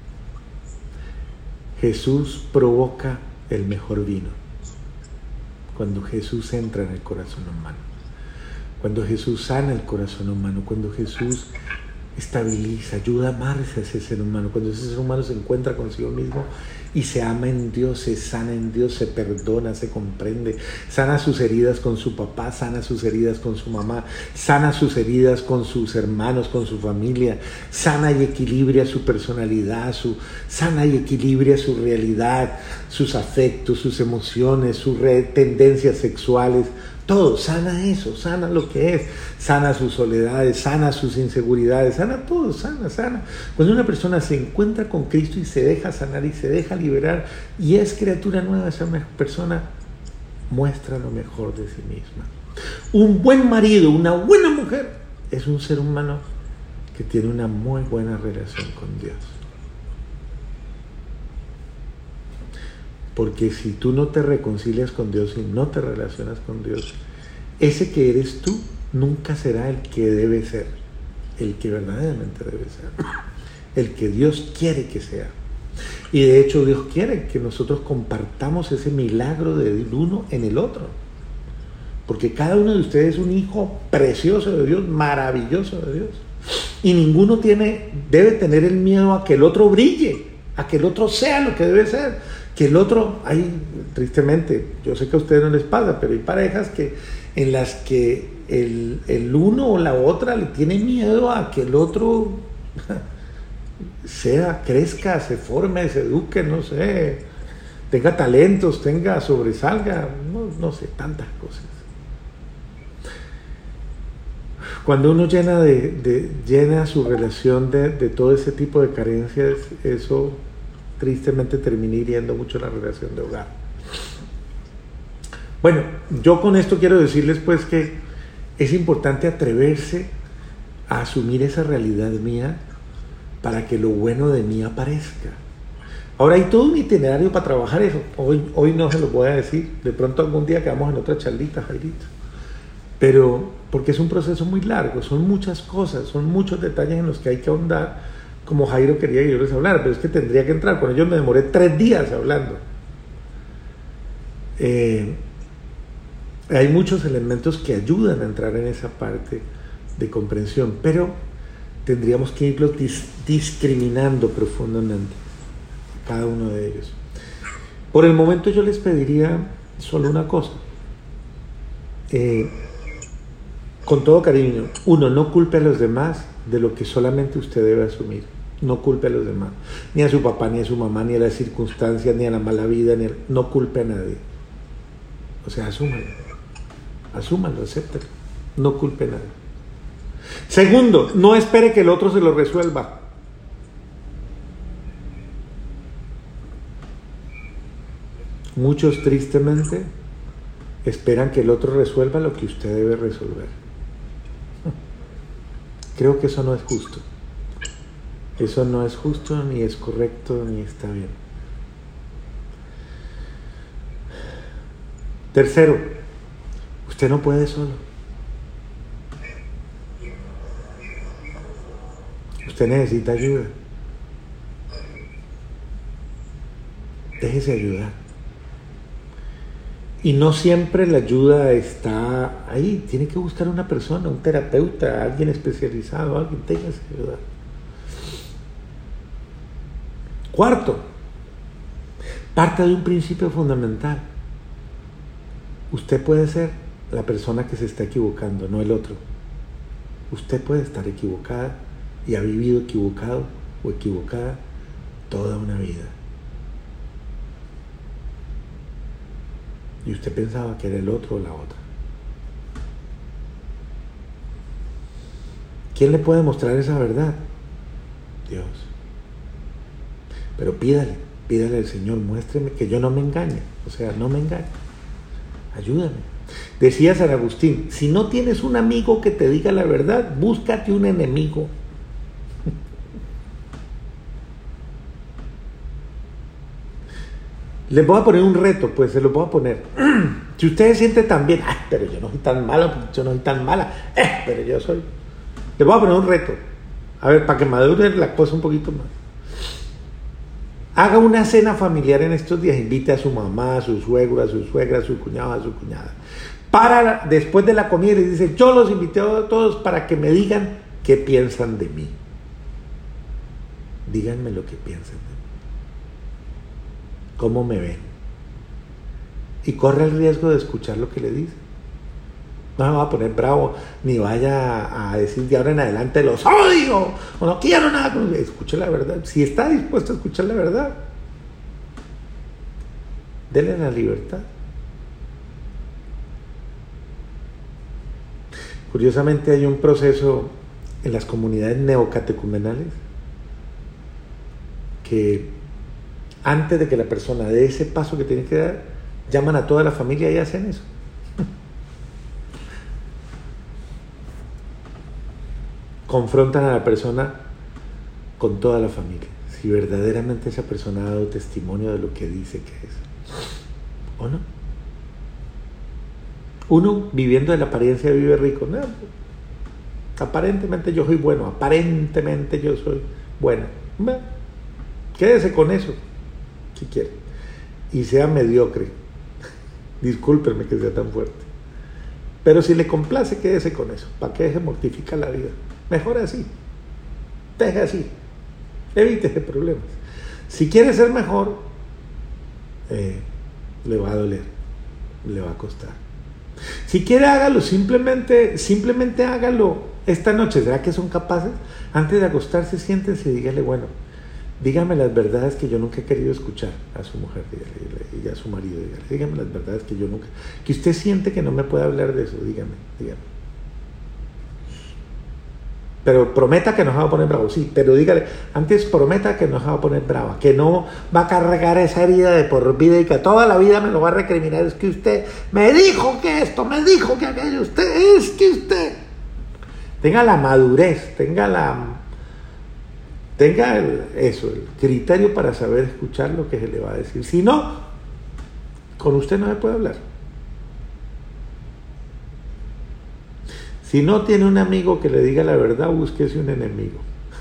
Jesús provoca el mejor vino. Cuando Jesús entra en el corazón humano. Cuando Jesús sana el corazón humano. Cuando Jesús estabiliza, ayuda a amarse a ese ser humano. Cuando ese ser humano se encuentra consigo mismo y se ama en Dios, se sana en Dios, se perdona, se comprende, sana sus heridas con su papá, sana sus heridas con su mamá, sana sus heridas con sus hermanos, con su familia, sana y equilibra su personalidad, sana y equilibra su realidad, sus afectos, sus emociones, sus tendencias sexuales. Todo, sana eso, sana lo que es, sana sus soledades, sana sus inseguridades, sana todo, sana. Cuando una persona se encuentra con Cristo y se deja sanar y se deja liberar y es criatura nueva, esa persona muestra lo mejor de sí misma. Un buen marido, una buena mujer, es un ser humano que tiene una muy buena relación con Dios. Porque si tú no te reconcilias con Dios y no te relacionas con Dios, ese que eres tú nunca será el que debe ser, el que verdaderamente debe ser, el que Dios quiere que sea. Y de hecho Dios quiere que nosotros compartamos ese milagro del uno en el otro. Porque cada uno de ustedes es un hijo precioso de Dios, maravilloso de Dios. Y ninguno debe tener el miedo a que el otro brille, a que el otro sea lo que debe ser. Que el otro, tristemente, yo sé que a ustedes no les pasa, pero hay parejas en las que el uno o la otra le tiene miedo a que el otro crezca, se forme, se eduque, no sé, tenga talentos, sobresalga, no sé, tantas cosas. Cuando uno llena su relación de todo ese tipo de carencias, eso tristemente termina hiriendo mucho la relación de hogar. Bueno, yo con esto quiero decirles pues que es importante atreverse a asumir esa realidad mía para que lo bueno de mí aparezca. Ahora hay todo un itinerario para trabajar eso. Hoy no se lo voy a decir, de pronto algún día quedamos en otra charlita, Jairito. Pero porque es un proceso muy largo, son muchas cosas, son muchos detalles en los que hay que ahondar, como Jairo quería que yo les hablara, pero es que tendría que entrar. Con ellos me demoré 3 días hablando. Hay muchos elementos que ayudan a entrar en esa parte de comprensión, pero tendríamos que irlos discriminando profundamente, cada uno de ellos. Por el momento yo les pediría solo una cosa, con todo cariño. 1, no culpe a los demás de lo que solamente usted debe asumir. No culpe a los demás, ni a su papá, ni a su mamá, ni a las circunstancias, ni a la mala vida, no culpe a nadie. O sea, asúmalo, acéptalo, no culpe a nadie. 2, no espere que el otro se lo resuelva. Muchos tristemente esperan que el otro resuelva lo que usted debe resolver. Creo que eso no es justo. Eso no es justo, ni es correcto, ni está bien. 3, usted no puede solo. Usted necesita ayuda. Déjese ayudar. Y no siempre la ayuda está ahí. Tiene que buscar una persona, un terapeuta, alguien especializado, alguien. Déjese ayudar. 4, parte de un principio fundamental. Usted puede ser la persona que se está equivocando, no el otro. Usted puede estar equivocada y ha vivido equivocado o equivocada toda una vida. Y usted pensaba que era el otro o la otra. ¿Quién le puede mostrar esa verdad? Dios. Pero pídale al Señor, muéstreme que yo no me engañe. O sea, no me engañe. Ayúdame. Decía San Agustín, si no tienes un amigo que te diga la verdad, búscate un enemigo. Les voy a poner un reto, pues se lo voy a poner. Si usted se siente tan bien, pero yo no soy tan malo, yo no soy tan mala, pero yo soy. Les voy a poner un reto. A ver, para que madure la cosa un poquito más. Haga una cena familiar en estos días, invite a su mamá, a su suegro, a su suegra, a su cuñado, a su cuñada. Después de la comida les dice, yo los invité a todos para que me digan qué piensan de mí. díganme lo que piensan de mí, cómo me ven, y corre el riesgo de escuchar lo que le dicen. No me va a poner bravo, ni vaya a decir de ahora en adelante los odio, o no quiero nada. Escuche la verdad. Si está dispuesto a escuchar la verdad, denle la libertad. Curiosamente hay un proceso en las comunidades neocatecumenales que antes de que la persona dé ese paso que tiene que dar, llaman a toda la familia y hacen eso. Confrontan a la persona con toda la familia, si verdaderamente esa persona ha dado testimonio de lo que dice que es, ¿o no? Uno viviendo de la apariencia vive rico. No, aparentemente yo soy bueno, aparentemente yo soy bueno. Bueno, quédese con eso, si quiere, y sea mediocre. Discúlpenme que sea tan fuerte, pero si le complace, quédese con eso. ¿Para qué se mortifica la vida? Mejor así, deje así, evítese problemas. Si quiere ser mejor, le va a doler, le va a costar. Si quiere, hágalo, simplemente hágalo esta noche. ¿Será que son capaces? Antes de acostarse, siéntense y dígale, bueno, dígame las verdades que yo nunca he querido escuchar a su mujer, dígale, y a su marido, dígame las verdades que yo nunca, que usted siente que no me puede hablar de eso, dígame. Pero prometa que no se va a poner bravo, sí, pero dígale, antes prometa que no se va a poner brava, que no va a cargar esa herida de por vida y que toda la vida me lo va a recriminar. Es que usted me dijo que esto, me dijo que aquello, usted tenga la madurez, tenga el criterio para saber escuchar lo que se le va a decir. Si no, con usted no se puede hablar. Si no tiene un amigo que le diga la verdad, búsquese un enemigo.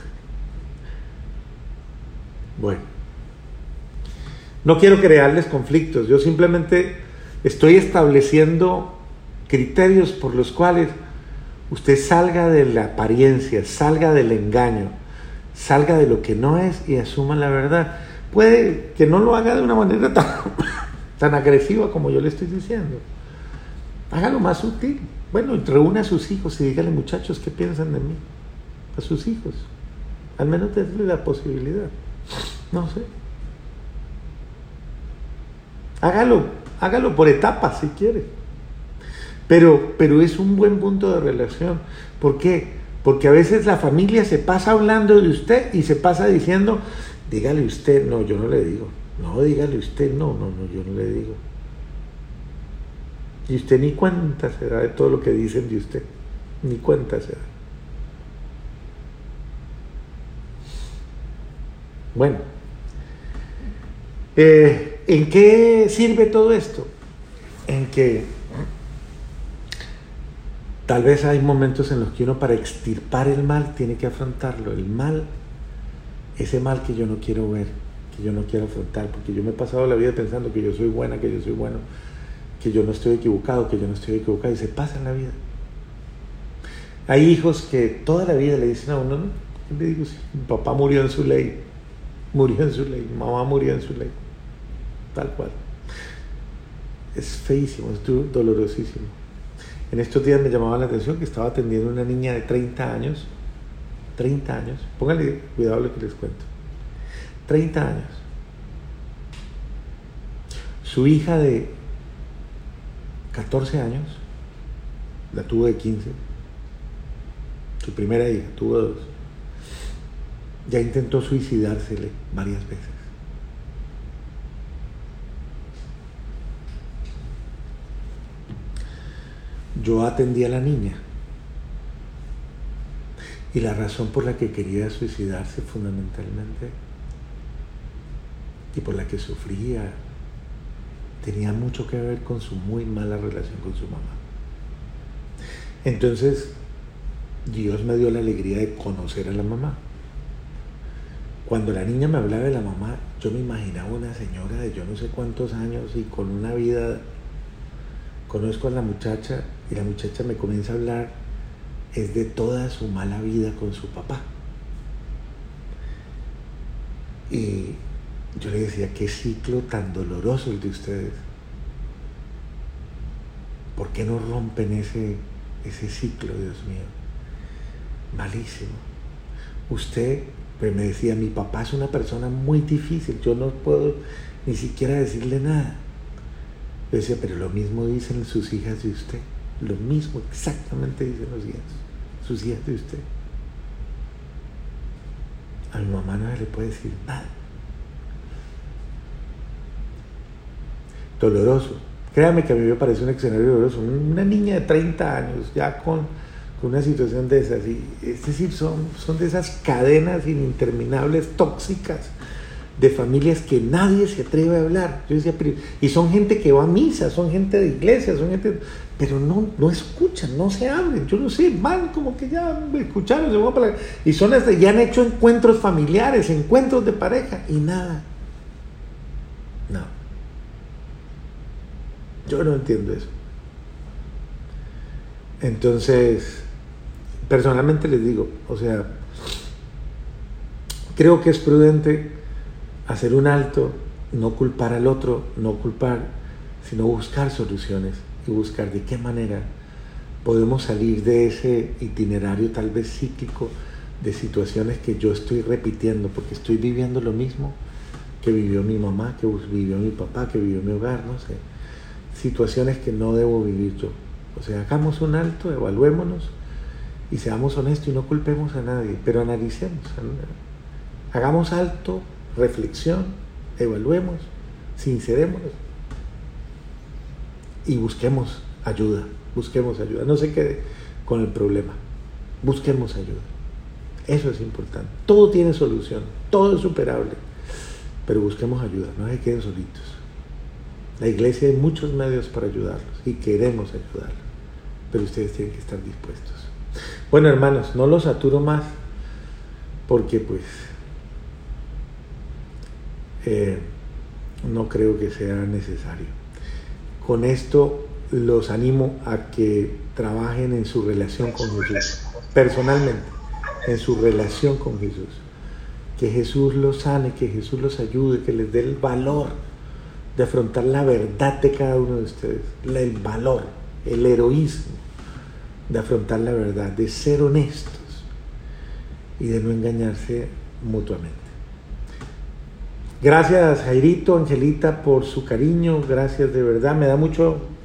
Bueno, no quiero crearles conflictos, yo simplemente estoy estableciendo criterios por los cuales usted salga de la apariencia, salga del engaño, salga de lo que no es y asuma la verdad. Puede que no lo haga de una manera tan agresiva como yo le estoy diciendo. Hágalo más sutil. Bueno, reúna a sus hijos y dígale, muchachos, ¿qué piensan de mí? A sus hijos. Al menos denle la posibilidad. No sé. Hágalo por etapas si quiere. Pero es un buen punto de relación. ¿Por qué? Porque a veces la familia se pasa hablando de usted y se pasa diciendo, dígale usted, no, yo no le digo. No, dígale usted, no, yo no le digo. Y usted ni cuenta se da de todo lo que dicen de usted. Ni cuenta se da. Bueno. ¿En qué sirve todo esto? En que tal vez hay momentos en los que uno, para extirpar el mal, tiene que afrontarlo. El mal, ese mal que yo no quiero ver, que yo no quiero afrontar, porque yo me he pasado la vida pensando que yo soy buena, que yo soy bueno, que yo no estoy equivocado, y se pasa en la vida. Hay hijos que toda la vida le dicen a uno, ¿no? Le digo, sí, mi papá murió en su ley, mi mamá murió en su ley, tal cual. Es feísimo, es dolorosísimo. En estos días me llamaba la atención que estaba atendiendo a una niña de 30 años, pónganle cuidado a lo que les cuento, 30 años. Su hija de 14 años, la tuvo de 15, su primera hija, tuvo 2, ya intentó suicidársele varias veces. Yo atendí a la niña y la razón por la que quería suicidarse fundamentalmente y por la que sufría tenía mucho que ver con su muy mala relación con su mamá. Entonces, Dios me dio la alegría de conocer a la mamá. Cuando la niña me hablaba de la mamá, yo me imaginaba una señora de yo no sé cuántos años y con una vida. Conozco a la muchacha y la muchacha me comienza a hablar es de toda su mala vida con su papá. Y yo le decía, qué ciclo tan doloroso el de ustedes. ¿Por qué no rompen ese ciclo, Dios mío? Malísimo. Usted, pues me decía, mi papá es una persona muy difícil, yo no puedo ni siquiera decirle nada. Yo decía, pero lo mismo dicen sus hijas de usted. Lo mismo exactamente dicen sus hijas de usted. A mi mamá no se le puede decir nada. Doloroso. Créame que a mí me parece un escenario doloroso. Una niña de 30 años ya con una situación de esas. Y, es decir, son de esas cadenas interminables, tóxicas, de familias que nadie se atreve a hablar. Yo decía, y son gente que va a misa, son gente de iglesia, son gente, pero no escuchan, no se abren. Yo no sé, van como que ya escucharon, se van para y son hasta, ya han hecho encuentros familiares, encuentros de pareja y nada. No. Yo no entiendo eso. Entonces, personalmente les digo, o sea, creo que es prudente hacer un alto, no culpar al otro, no culpar, sino buscar soluciones y buscar de qué manera podemos salir de ese itinerario tal vez cíclico de situaciones que yo estoy repitiendo, porque estoy viviendo lo mismo que vivió mi mamá, que vivió mi papá, que vivió mi hogar, no sé. Situaciones que no debo vivir yo. O sea, hagamos un alto, evaluémonos y seamos honestos y no culpemos a nadie, pero analicemos. Hagamos alto, reflexión, evaluemos, sincerémonos y busquemos ayuda. No se quede con el problema, busquemos ayuda. Eso es importante. Todo tiene solución, todo es superable, pero busquemos ayuda, no se queden solitos. La iglesia hay muchos medios para ayudarlos y queremos ayudarlos, pero ustedes tienen que estar dispuestos. Bueno, hermanos, no los saturo más porque pues no creo que sea necesario. Con esto los animo a que trabajen en su relación con Jesús, personalmente, en su relación con Jesús. Que Jesús los sane, que Jesús los ayude, que les dé el valor de afrontar la verdad de cada uno de ustedes, el valor, el heroísmo de afrontar la verdad, de ser honestos y de no engañarse mutuamente. Gracias, Jairito, Angelita, por su cariño, gracias de verdad, me da mucho